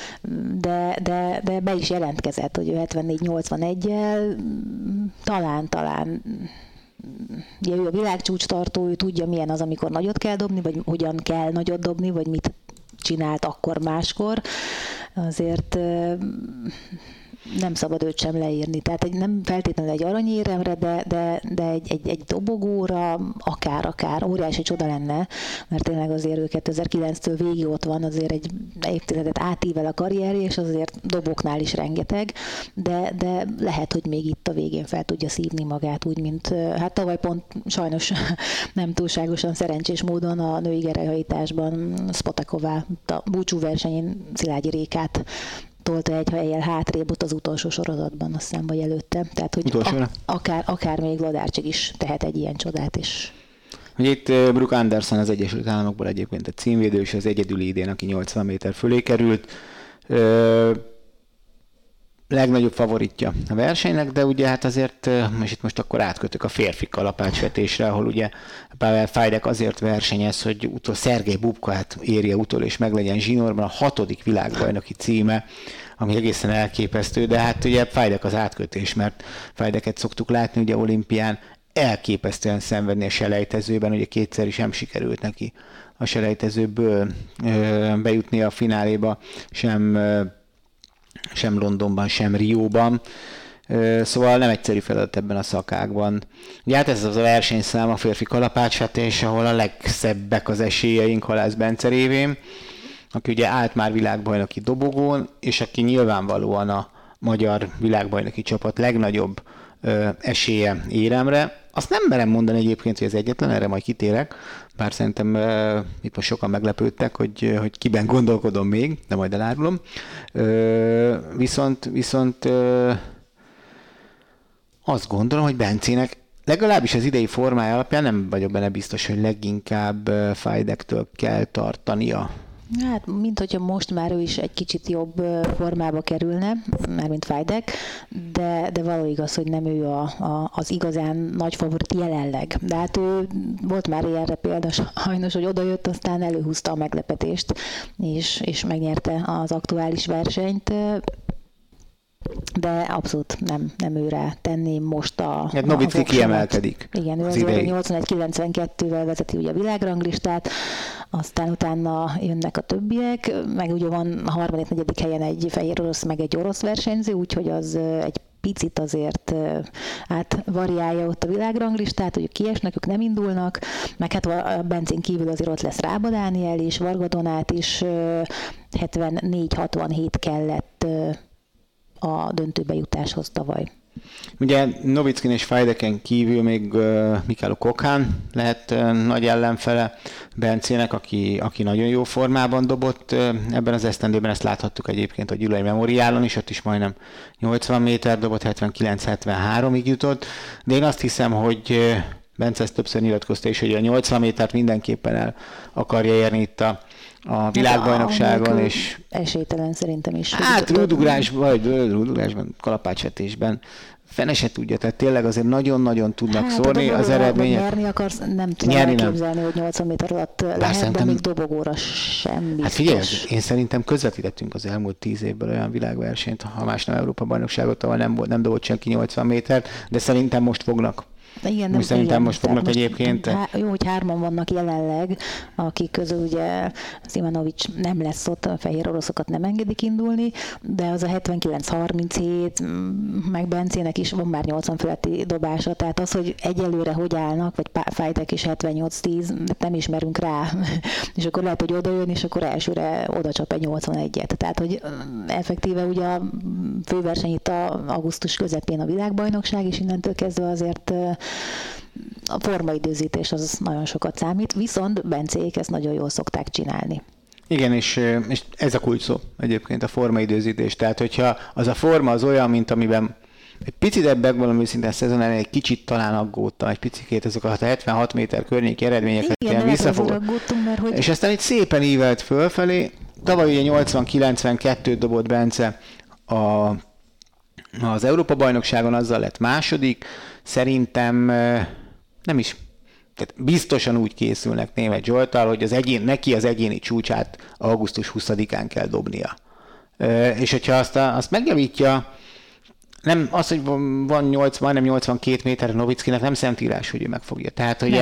de be is jelentkezett, hogy ő 74-81-jel talán ugye ő a világcsúcs tartó, ő tudja milyen az, amikor nagyot kell dobni, vagy hogyan kell nagyot dobni, vagy mit csinált akkor máskor. Azért nem szabad őt sem leírni. Tehát nem feltétlenül egy aranyéremre, de egy dobogóra akár óriási csoda lenne, mert tényleg azért ő 2009-től végig ott van, azért egy évtizedet átível a karrierje, és azért doboknál is rengeteg, de lehet, hogy még itt a végén fel tudja szívni magát, úgy, mint hát tavaly pont sajnos nem túlságosan szerencsés módon a női gerelyhajításban Spotaková a búcsú versenyén Szilágyi Rékát tolta egy hellyel hátrébb ott az utolsó sorozatban, azt hiszem, vagy előtte. Tehát, hogy akár még Wlodarczyk is tehet egy ilyen csodát is. Ugye itt Brooke Anderson az Egyesült Államokból egyébként a címvédő, és az egyedüli idén, aki 80 méter fölé került. Legnagyobb favoritja a versenynek, de ugye hát azért, és itt most akkor átkötök a férfi kalapácsvetésre, ahol ugye Pavel Fajdek azért versenyez, hogy Szergej Bubkát érje utol, és meglegyen zsinórban a 6. világbajnoki címe, ami egészen elképesztő, de hát ugye Fajdek az átkötés, mert Fajdeket szoktuk látni ugye olimpián elképesztően szenvedni a selejtezőben, ugye kétszer is nem sikerült neki a selejtezőből bejutni a fináléba, sem Londonban, sem Rióban. Szóval nem egyszerű feladat ebben a szakákban. Ugye hát ez az a versenyszám, a férfi kalapácsvetés, ahol a legszebbek az esélyeink Halász Bence révén, aki ugye állt már világbajnoki dobogón, és aki nyilvánvalóan a magyar világbajnoki csapat legnagyobb esélye éremre. Azt nem merem mondani egyébként, hogy ez egyetlen, erre majd kitérek, bár szerintem itt most sokan meglepődtek, hogy kiben gondolkodom még, de majd elárulom. Viszont azt gondolom, hogy Bencének legalábbis az idei formája alapján nem vagyok benne biztos, hogy leginkább Fajdektől kell tartania. Hát, mint hogyha most már ő is egy kicsit jobb formába kerülne, már mint Fajdek, de való igaz, hogy nem ő az igazán nagy favorit jelenleg. De hát ő volt már ilyenre példa sajnos, hogy odajött, aztán előhúzta a meglepetést, és megnyerte az aktuális versenyt. de abszolút nem őre tenném most a Novicki kiemelkedik. Igen, ő azért 81-92-vel vezeti ugye a világranglistát, aztán utána jönnek a többiek, meg ugye van a harmadik, negyedik helyen egy fehér orosz, meg egy orosz versenyző, úgyhogy az egy picit azért átvariálja ott a világranglistát, hogy kiesnek, ők nem indulnak, meg hát a Bencén kívül azért ott lesz Rába Dániel is, Varga Donát is, 74-67 kellett a döntőbe jutáshoz tavaly. Ugye Novickin és Fajdeken kívül még Mikhailo Kokhán lehet nagy ellenfele Bencének, aki nagyon jó formában dobott ebben az esztendőben, ezt láthattuk egyébként a Gyulai Memoriálon is, ott is majdnem 80 méter dobott, 79-73-ig jutott, de én azt hiszem, hogy Bence ezt többször nyilatkozta is, hogy a 80 métert mindenképpen el akarja érni itt a világbajnokságon, és esélytelen szerintem is. Hát rúdugrásban, kalapácsvetésben fene se tudja, tehát tényleg azért nagyon-nagyon tudnak szórni az eredmények. Nyerni akarsz, nem tudom elképzelni, hogy 80 méter alatt lehet, de még dobogóra sem biztos. Hát figyelj, én szerintem közvetítettünk az elmúlt 10 évben olyan világversenyt, ha más nem Európa-bajnokságot, ahol nem dobott senki 80 métert, de szerintem most fognak. Igen, szerintem most fognak egyébként. Jó, hogy 3-an vannak jelenleg, akik közül ugye Szimanovics nem lesz ott, a fehér oroszokat nem engedik indulni, de az a 79-37, meg Bencének is van már 80 feletti dobása, tehát az, hogy egyelőre hogy állnak, vagy Fajdek is 78-10, nem ismerünk rá, és akkor lehet, hogy oda jön, és akkor elsőre oda csap egy 81-et. Tehát, hogy effektíve ugye a főverseny itt augusztus közepén a világbajnokság, és innentől kezdve azért a formaidőzítés az nagyon sokat számít, viszont Bencék ezt nagyon jól szokták csinálni. Igen, és ez a kulcs szó egyébként, a formaidőzítés. Tehát, hogyha az a forma az olyan, mint amiben egy picit ebből valami őszintén szezon elején egy kicsit talán aggódtam, egy picikét ezek a 76 méter környéki eredményeket ilyen visszafogott. És aztán itt szépen ívelt fölfelé. Tavaly ugye 80-92 dobott Bence az Európa-bajnokságon, azzal lett második. Szerintem nem is, tehát biztosan úgy készülnek Németh Zsolttal, hogy neki az egyéni csúcsát augusztus 20-án kell dobnia. És hogyha azt megjavítja, nem az, hogy van majdnem 82 méter Novickinek, nem szentírás, hogy ő megfogja. Tehát, hogy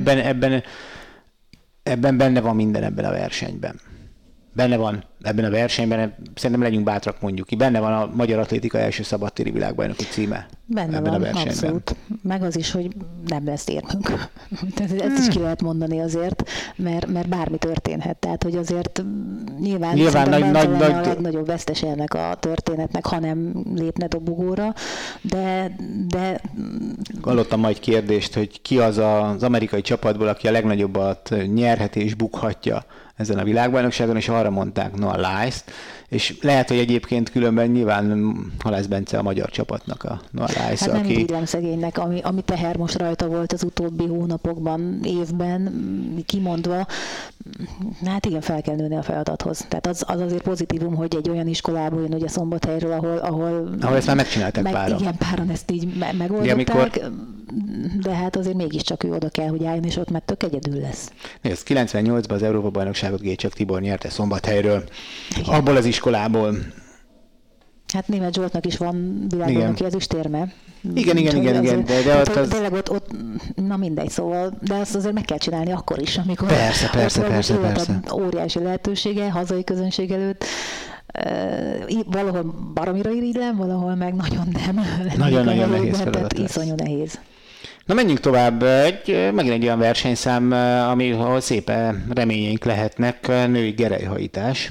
ebben benne van minden ebben a versenyben. Benne van ebben a versenyben, szerintem legyünk bátrak, mondjuk ki, benne van a magyar atlétika első szabadtéri világbajnoki címe. Benne ebben van, a versenyben. Abszolút. Meg az is, hogy nem lesz érmünk. Ezt is ki lehet mondani azért, mert bármi történhet. Tehát, hogy azért nyilván a legnagyobb vesztese ennek a történetnek, ha nem lépne dobogóra, de... Hallottam majd kérdést, hogy ki az az amerikai csapatból, aki a legnagyobbat nyerheti és bukhatja ezen a világbajnokságon, és arra mondták Noah Lyles-t, és lehet, hogy egyébként különben nyilván Halász Bence a magyar csapatnak a Noah Lyles, hát nem irigylem szegénynek, ami teher most rajta volt az utóbbi hónapokban, évben kimondva, hát igen, fel kell nőni a feladathoz. Tehát az azért pozitívum, hogy egy olyan iskolából jön ugye Szombathelyről, ahol ezt már megcsinálták páran. Igen, páran ezt így megoldották, de hát azért mégiscsak ő oda kell, hogy álljon, és ott már tök egyedül lesz. Nézd, 98-ban az Európa-bajnokságot Gécsek Tibor nyerte Szombathelyről, abból az iskolából. Hát Németh Zsoltnak is van világbajnoki ezüstérme. Igen, de tényleg ott, na mindegy, szóval, de azt azért meg kell csinálni akkor is, amikor persze. Óriási lehetősége, hazai közönség előtt. Valahol baromira irigylem, valahol meg nagyon nem. Nagyon nehéz feladat lesz. Iszonyú nehéz. Na menjünk tovább, megint egy olyan versenyszám, ahol szép reményeink lehetnek, női gerelyhajítás.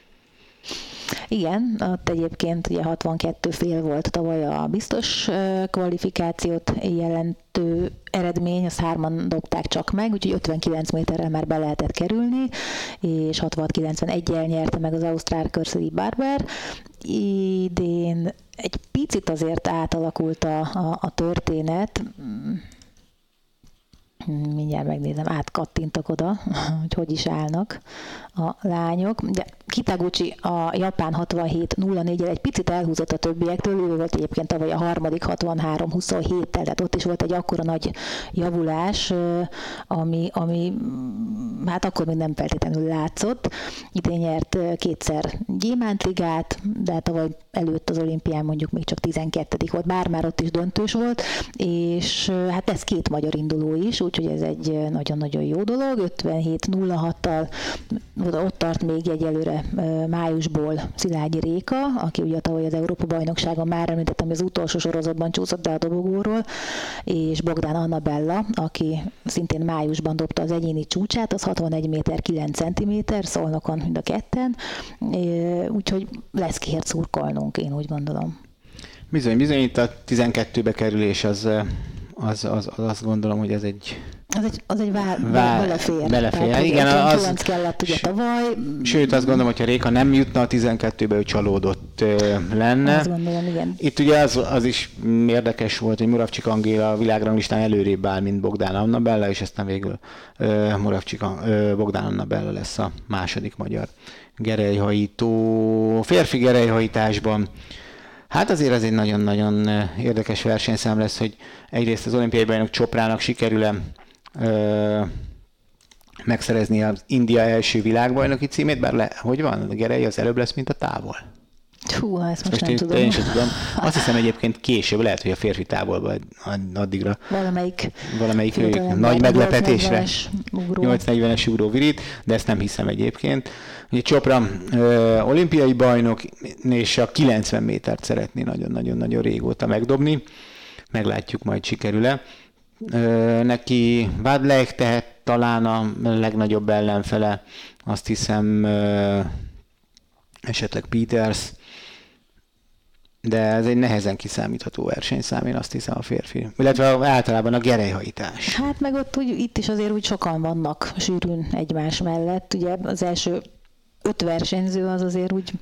Igen, ott egyébként ugye 62 fél volt tavaly a biztos kvalifikációt jelentő eredmény, azt 3-an dobták csak meg, úgyhogy 59 méterrel már be lehetett kerülni, és 66-91-el nyerte meg az ausztrál Kersey Barber. Idén egy picit azért átalakult a történet, mindjárt megnézem, átkattintak oda, hogy is állnak a lányok. De Kitaguchi a japán 67-04-el egy picit elhúzott a többiektől, ő volt egyébként tavaly a harmadik 63-27-tel, tehát ott is volt egy akkora nagy javulás, ami hát akkor még nem feltétlenül látszott. Idén nyert 2-szer gyémántligát, de tavaly előtt az olimpián mondjuk még csak 12. volt, bár már ott is döntős volt, és hát ez 2 magyar induló is, úgyhogy ez egy nagyon-nagyon jó dolog. 57.06-tal ott tart még egyelőre májusból Szilágyi Réka, aki ugye tavaly az Európa-bajnokságon már említettem, hogy az utolsó sorozatban csúszott el a dobogóról, és Bogdán Annabella, aki szintén májusban dobta az egyéni csúcsát, az 61 méter 9 centiméter, Szolnokon mind a ketten, úgyhogy lesz kiért szurkolnunk, én úgy gondolom. Bizony, itt a 12-be kerülés az azt gondolom, hogy ez egy... Az egy belefér. Tehát, igen, az kellett ugye tavaly. Sőt, azt gondolom, hogyha Réka nem jutna a 12-be, ő csalódott lenne. Azt gondolom, igen. Itt ugye az is érdekes volt, hogy Muravcsik Angéla a világranglistán előrébb áll, mint Bogdán Annabella, és aztán végül Bogdán Annabella lesz a második magyar gerelyhajító. Férfi gerelyhajításban hát azért ez egy nagyon-nagyon érdekes versenyszám lesz, hogy egyrészt az olimpiai bajnok Csoprának sikerül-e megszerezni az India első világbajnoki címét, bár hogy van, a gerely az előbb lesz, mint a távol. Hú, ezt most nem tudom. Én sem tudom. Azt hiszem egyébként később, lehet, hogy a férfi távolban addigra valamelyik nagy meglepetésre 840-es ugró virít, de ezt nem hiszem egyébként. Ugye Csopra olimpiai bajnok, és a 90 métert szeretné nagyon-nagyon régóta megdobni. Meglátjuk, majd sikerül-e. Neki Vadlek tehet talán a legnagyobb ellenfele, azt hiszem esetleg Peters, de ez egy nehezen kiszámítható versenyszám, én azt hiszem a férfi. Illetve általában a gerelyhajítás. Hát meg ott itt is azért úgy sokan vannak sűrűn egymás mellett. Ugye az első 5 versenyző az azért úgy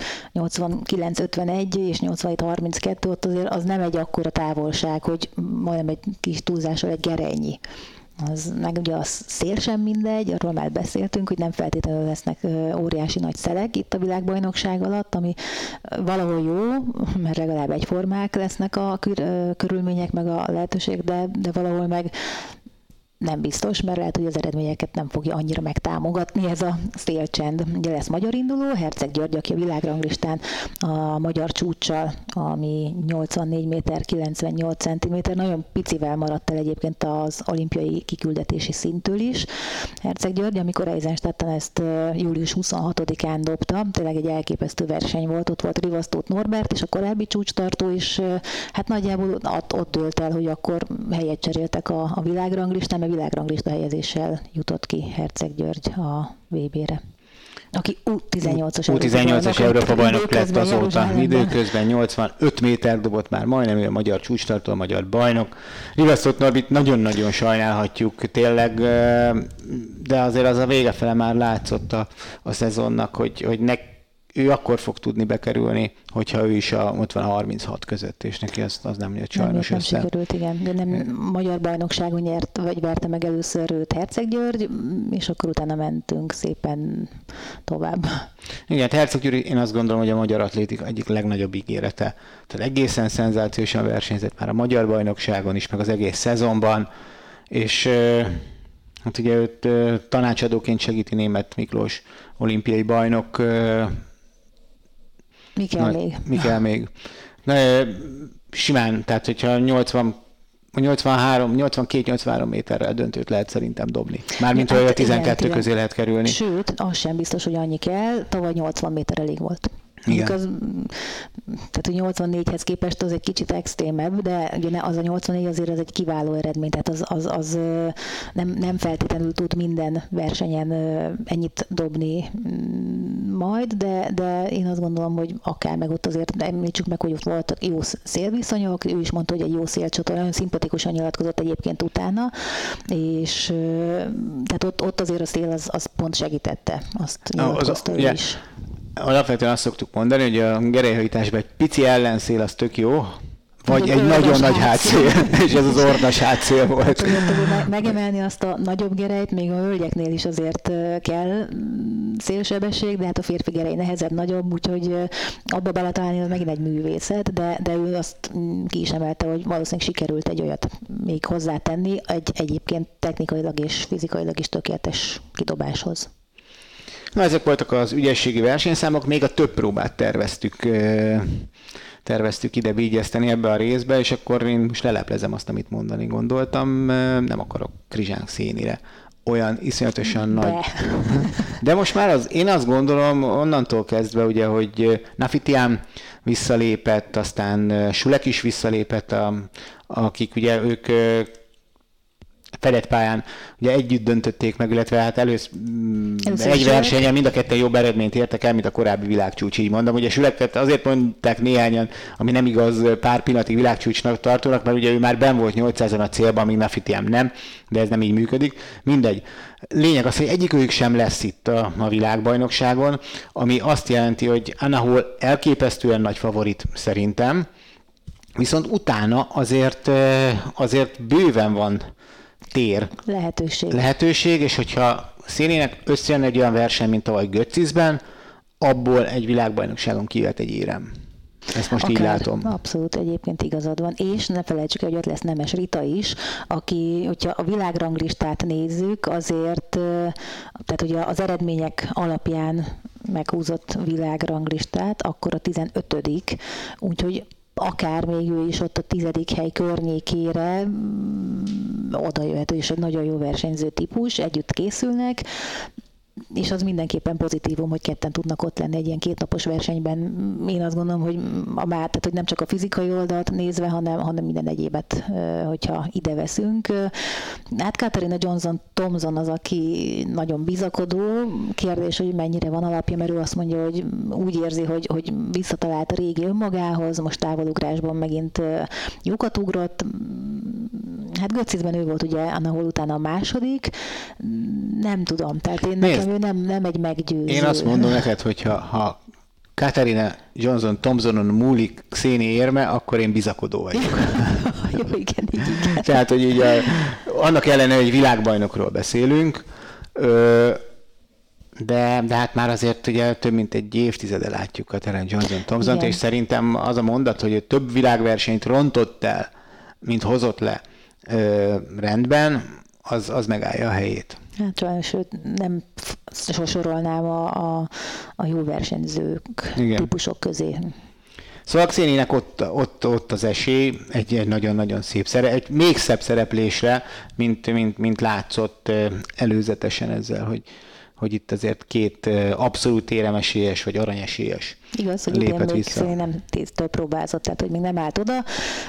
89-51 és 87-32, ott azért az nem egy akkora távolság, hogy majdnem egy kis túlzással egy gerenyi. Az, meg ugye a szél sem mindegy, arról már beszéltünk, hogy nem feltétlenül lesznek óriási nagy szelek itt a világbajnokság alatt, ami valahol jó, mert legalább egyformák lesznek a körülmények, meg a lehetőség, de valahol meg nem biztos, mert lehet, hogy az eredményeket nem fogja annyira megtámogatni ez a szélcsend. Ugye lesz magyar induló, Herceg György, aki a világranglistán a magyar csúccsal, ami 84 méter 98 centiméter, nagyon picivel maradt el egyébként az olimpiai kiküldetési szintől is. Herceg György, amikor Eisenstadten ezt július 26-án dobta, tényleg egy elképesztő verseny volt, ott volt Rivasztóth Norbert, és a korábbi csúcstartó is, hát nagyjából ott dőlt el, hogy akkor helyet cseréltek a világranglistán, világranglista helyezéssel jutott ki Herceg György a VB-re. Aki U18-as Európa-bajnok lett azóta. Időközben 85 méter dobott már majdnem, ő a magyar csúcstartó, a magyar bajnok. Rivasztóth Norbit nagyon-nagyon sajnálhatjuk tényleg, de azért az a vége fele már látszott a szezonnak, hogy ő akkor fog tudni bekerülni, hogyha ő is ott van a 36 között, és neki az nem jött sajnos össze. Nem sikerült, igen. De nem magyar bajnokságon nyert, vagy verte meg először őt Herceg György, és akkor utána mentünk szépen tovább. Igen, Herceg György, én azt gondolom, hogy a magyar atlétika egyik legnagyobb ígérete. Tehát egészen szenzációsan versenyzett már a magyar bajnokságon is, meg az egész szezonban, és hát ugye őt tanácsadóként segíti Németh Miklós olimpiai bajnok. Mi kell még? Simán, tehát hogyha 82-83 méterrel döntőt lehet szerintem dobni. Mármint, hogy a 12 közé lehet kerülni. Sőt, az sem biztos, hogy annyi kell, tavaly 80 méter elég volt. Tehát, hogy 84-hez képest az egy kicsit extrémebb, de ugye az a 84 azért az egy kiváló eredmény, tehát az nem feltétlenül tud minden versenyen ennyit dobni majd, de én azt gondolom, hogy akár meg ott azért említsük meg, hogy ott voltak jó szélviszonyok, ő is mondta, hogy egy jó szélcsatorna, nagyon szimpatikusan nyilatkozott egyébként utána, és tehát ott azért a szél az pont segítette, azt nyilatkozta ő is. Alapvetően azt szoktuk mondani, hogy a gerelyhajításban egy pici ellenszél az tök jó, vagy egy nagyon nagy hátszél, és ez az ordas hátszél volt. Megemelni azt a nagyobb gerelyt, még a hölgyeknél is azért kell szélsebesség, de hát a férfi gerej nehezebb, nagyobb, úgyhogy abba beletalálni az megint egy művészet, de ő azt ki is emelte, hogy valószínűleg sikerült egy olyat még hozzátenni, egy egyébként technikailag és fizikailag is tökéletes kidobáshoz. Na, ezek voltak az ügyességi versenyszámok, még a több próbát terveztük ide vigyeszteni ebbe a részbe, és akkor én most leleplezem azt, amit mondani gondoltam, nem akarok Krizsánk Szénire olyan iszonyatosan nagy. De most már én azt gondolom, onnantól kezdve ugye, hogy Nafitián visszalépett, aztán Sulek is visszalépett, akik ugye ők fedett pályán ugye együtt döntötték meg, illetve hát először egy versenyen mind a ketten jobb eredményt értek el, mint a korábbi világcsúcs, így mondom. Ugye Süleket azért mondták néhányan, ami nem igaz, pár pillanatig világcsúcsnak tartónak, mert ugye ő már benn volt 800-on a célban, míg Nafitián nem, de ez nem így működik. Mindegy. Lényeg az, hogy egyikőjük sem lesz itt a világbajnokságon, ami azt jelenti, hogy Anahol elképesztően nagy favorit szerintem, viszont utána azért bőven van tér. Lehetőség, és hogyha Szénének összejön egy olyan verseny, mint tavaly Götzisben, abból egy világbajnokságon kijöhet egy érem. Ezt most így látom. Abszolút, egyébként igazad van. És ne felejtsük, hogy ott lesz Nemes Rita is, aki, hogyha a világranglistát nézzük, azért, tehát ugye az eredmények alapján meghúzott világranglistát, akkor a 15. Úgyhogy akár még ő is ott a 10. hely környékére oda jöhet, és egy nagyon jó versenyző típus, együtt készülnek, és az mindenképpen pozitívum, hogy ketten tudnak ott lenni egy ilyen kétnapos versenyben. Én azt gondolom, hogy tehát, hogy nem csak a fizikai oldalt nézve, hanem minden egyébet, hogyha ide veszünk. Hát Katarina Johnson-Thompson az, aki nagyon bizakodó. Kérdés, hogy mennyire van alapja, mert ő azt mondja, hogy úgy érzi, hogy visszatalált a régi önmagához, most távolugrásban megint jókat ugrott. Hát Götzisben ő volt ugye Anahol utána a második. Nem tudom, tehát nekem ő nem egy meggyőző. Én azt mondom neked, hogy ha Katarina Johnson-Thompsonon múlik Széni érme, akkor én bizakodó vagyok. Jó, igen. Tehát, hogy így annak ellenére, hogy világbajnokról beszélünk, de hát már azért ugye több mint egy évtizede látjuk Katarina Johnson-Thompsont, és szerintem az a mondat, hogy több világversenyt rontott el, mint hozott le rendben, az megállja a helyét. Hát sajnos nem sorolnám a jó versenyzők típusok közé. Szóval Széninek ott az esély egy nagyon-nagyon szép egy még szebb szereplésre, mint látszott előzetesen ezzel, hogy itt azért két abszolút éremesélyes vagy aranyesélyes igaz, hogy igen, még Széni nem több próbázott, tehát hogy még nem állt oda,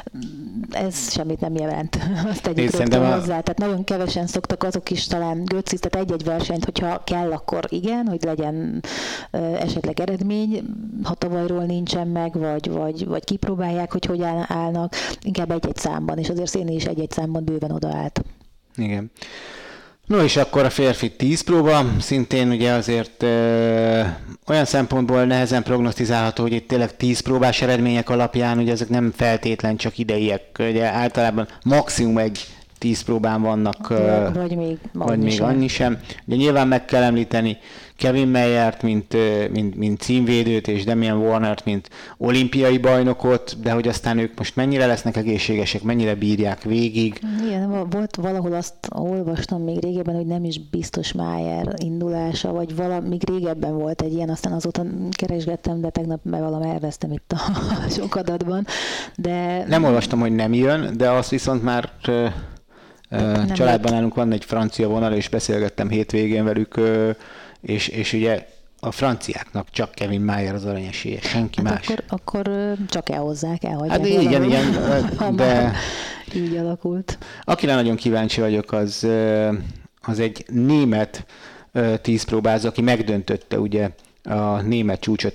ez semmit nem jelent. Azt tegyük rögtön hozzá. Tehát nagyon kevesen szoktak azok is talán Götzis, tehát egy-egy versenyt, hogyha kell, akkor igen, hogy legyen esetleg eredmény, ha tavalyról nincsen meg, vagy kipróbálják, hogy hogyan állnak, inkább egy-egy számban, és azért Széni is egy-egy számban bőven odaállt. Igen. No, és akkor a férfi 10 próba, szintén ugye azért olyan szempontból nehezen prognosztizálható, hogy itt tényleg 10 próbás eredmények alapján, ugye ezek nem feltétlen csak ideiek, ugye általában maximum egy 10 próbán vannak, vagy még annyi sem. Ugye nyilván meg kell említeni Kevin Mayert, mint címvédőt, és Damian Warnert, mint olimpiai bajnokot, de hogy aztán ők most mennyire lesznek egészségesek, mennyire bírják végig. Igen, volt valahol azt olvastam még régebben, hogy nem is biztos Mayer indulása, vagy még régebben volt egy ilyen, aztán azóta keresgettem, de tegnap valami elvesztem itt a sok adatban. De... Nem olvastam, hogy nem jön, de azt viszont már... családban nálunk van egy francia vonal, és beszélgettem hétvégén velük, és ugye a franciáknak csak Kevin Mayer az aranyesélye, senki más. Akkor csak elhozzák, elhagyják. Hát igen, de így alakult. Akire nagyon kíváncsi vagyok, az egy német 10 próbázó, aki megdöntötte ugye a német csúcsot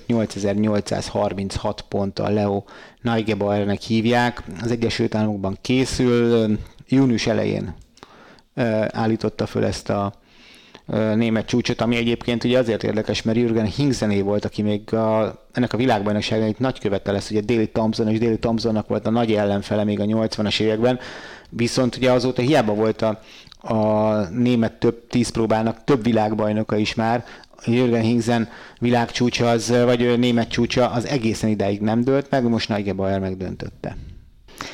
8836 ponttal, Leo Neugebauernek hívják. Az Egyesült Államokban készül, június elején állította föl ezt a német csúcsot, ami egyébként ugye azért érdekes, mert Jürgen Hingsené volt, aki még ennek a világbajnokságon egy nagykövete lesz, ugye Daley Thompson, és Daley Thompsonnak volt a nagy ellenfele még a 80-as években, viszont ugye azóta hiába volt a német több 10 próbának több világbajnoka is már, Jürgen Hingsen világcsúcsa, vagy német csúcsa az egészen idáig nem dőlt meg, most Neugebauer megdöntötte.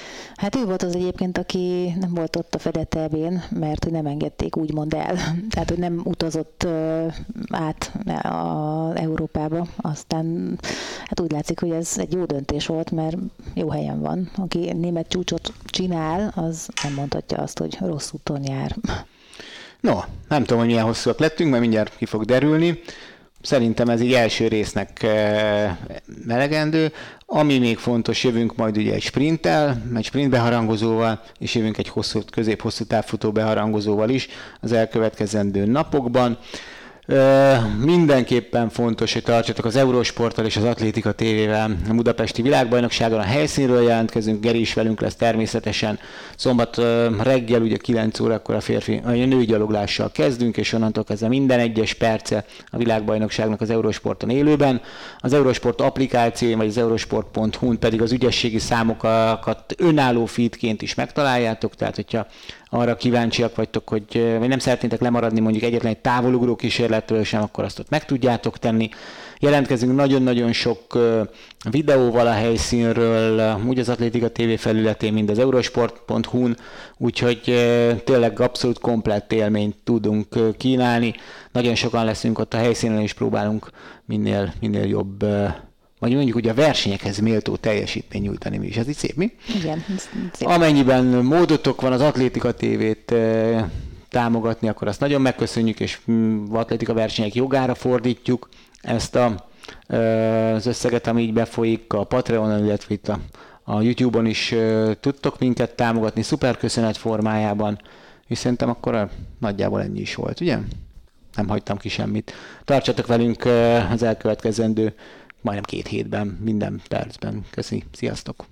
Hát ő volt az egyébként, aki nem volt ott a FedETV-n, mert hogy nem engedték úgymond el. Tehát, hogy nem utazott át Európába. Aztán hát úgy látszik, hogy ez egy jó döntés volt, mert jó helyen van. Aki német csúcsot csinál, az nem mondhatja azt, hogy rossz úton jár. No, nem tudom, hogy milyen hosszúak lettünk, mert mindjárt ki fog derülni. Szerintem ez egy első résznek melegendő. Ami még fontos, jövünk majd ugye egy sprint beharangozóval, és jövünk egy közép-hosszú távfutó beharangozóval is az elkövetkezendő napokban. Mindenképpen fontos, hogy tartsatok az Eurosporttal és az Atlétika TV-vel a budapesti világbajnokságon. A helyszínről jelentkezünk, Geri is velünk lesz természetesen. Szombat reggel ugye 9 órakor a női gyaloglással kezdünk, és onnantól kezdve minden egyes perce a világbajnokságnak az Eurosporton élőben. Az Eurosport applikáció, vagy az eurosport.hu-n pedig az ügyességi számokat önálló feedként is megtaláljátok, tehát hogyha arra kíváncsiak vagytok, vagy nem szeretnétek lemaradni mondjuk egyetlen egy távolugró kísérletről sem, akkor azt ott meg tudjátok tenni. Jelentkezünk nagyon-nagyon sok videóval a helyszínről, úgy az Atlétika TV felületén, mint az eurosport.hu-n, úgyhogy tényleg abszolút komplett élményt tudunk kínálni. Nagyon sokan leszünk ott a helyszínen, és próbálunk minél jobb, vagy mondjuk ugye a versenyekhez méltó teljesítmény nyújtani mi is. Ez így szép, mi? Igen, szép. Amennyiben módotok van az Atlétika TV-t támogatni, akkor azt nagyon megköszönjük, és atlétika versenyek jogára fordítjuk ezt az összeget, ami így befolyik a Patreonon, illetve itt a YouTube-on is tudtok minket támogatni szuper köszönet formájában, és szerintem akkor nagyjából ennyi is volt, ugye? Nem hagytam ki semmit. Tartsatok velünk az elkövetkezendő majdnem 2 hétben, minden percben. Köszi, sziasztok!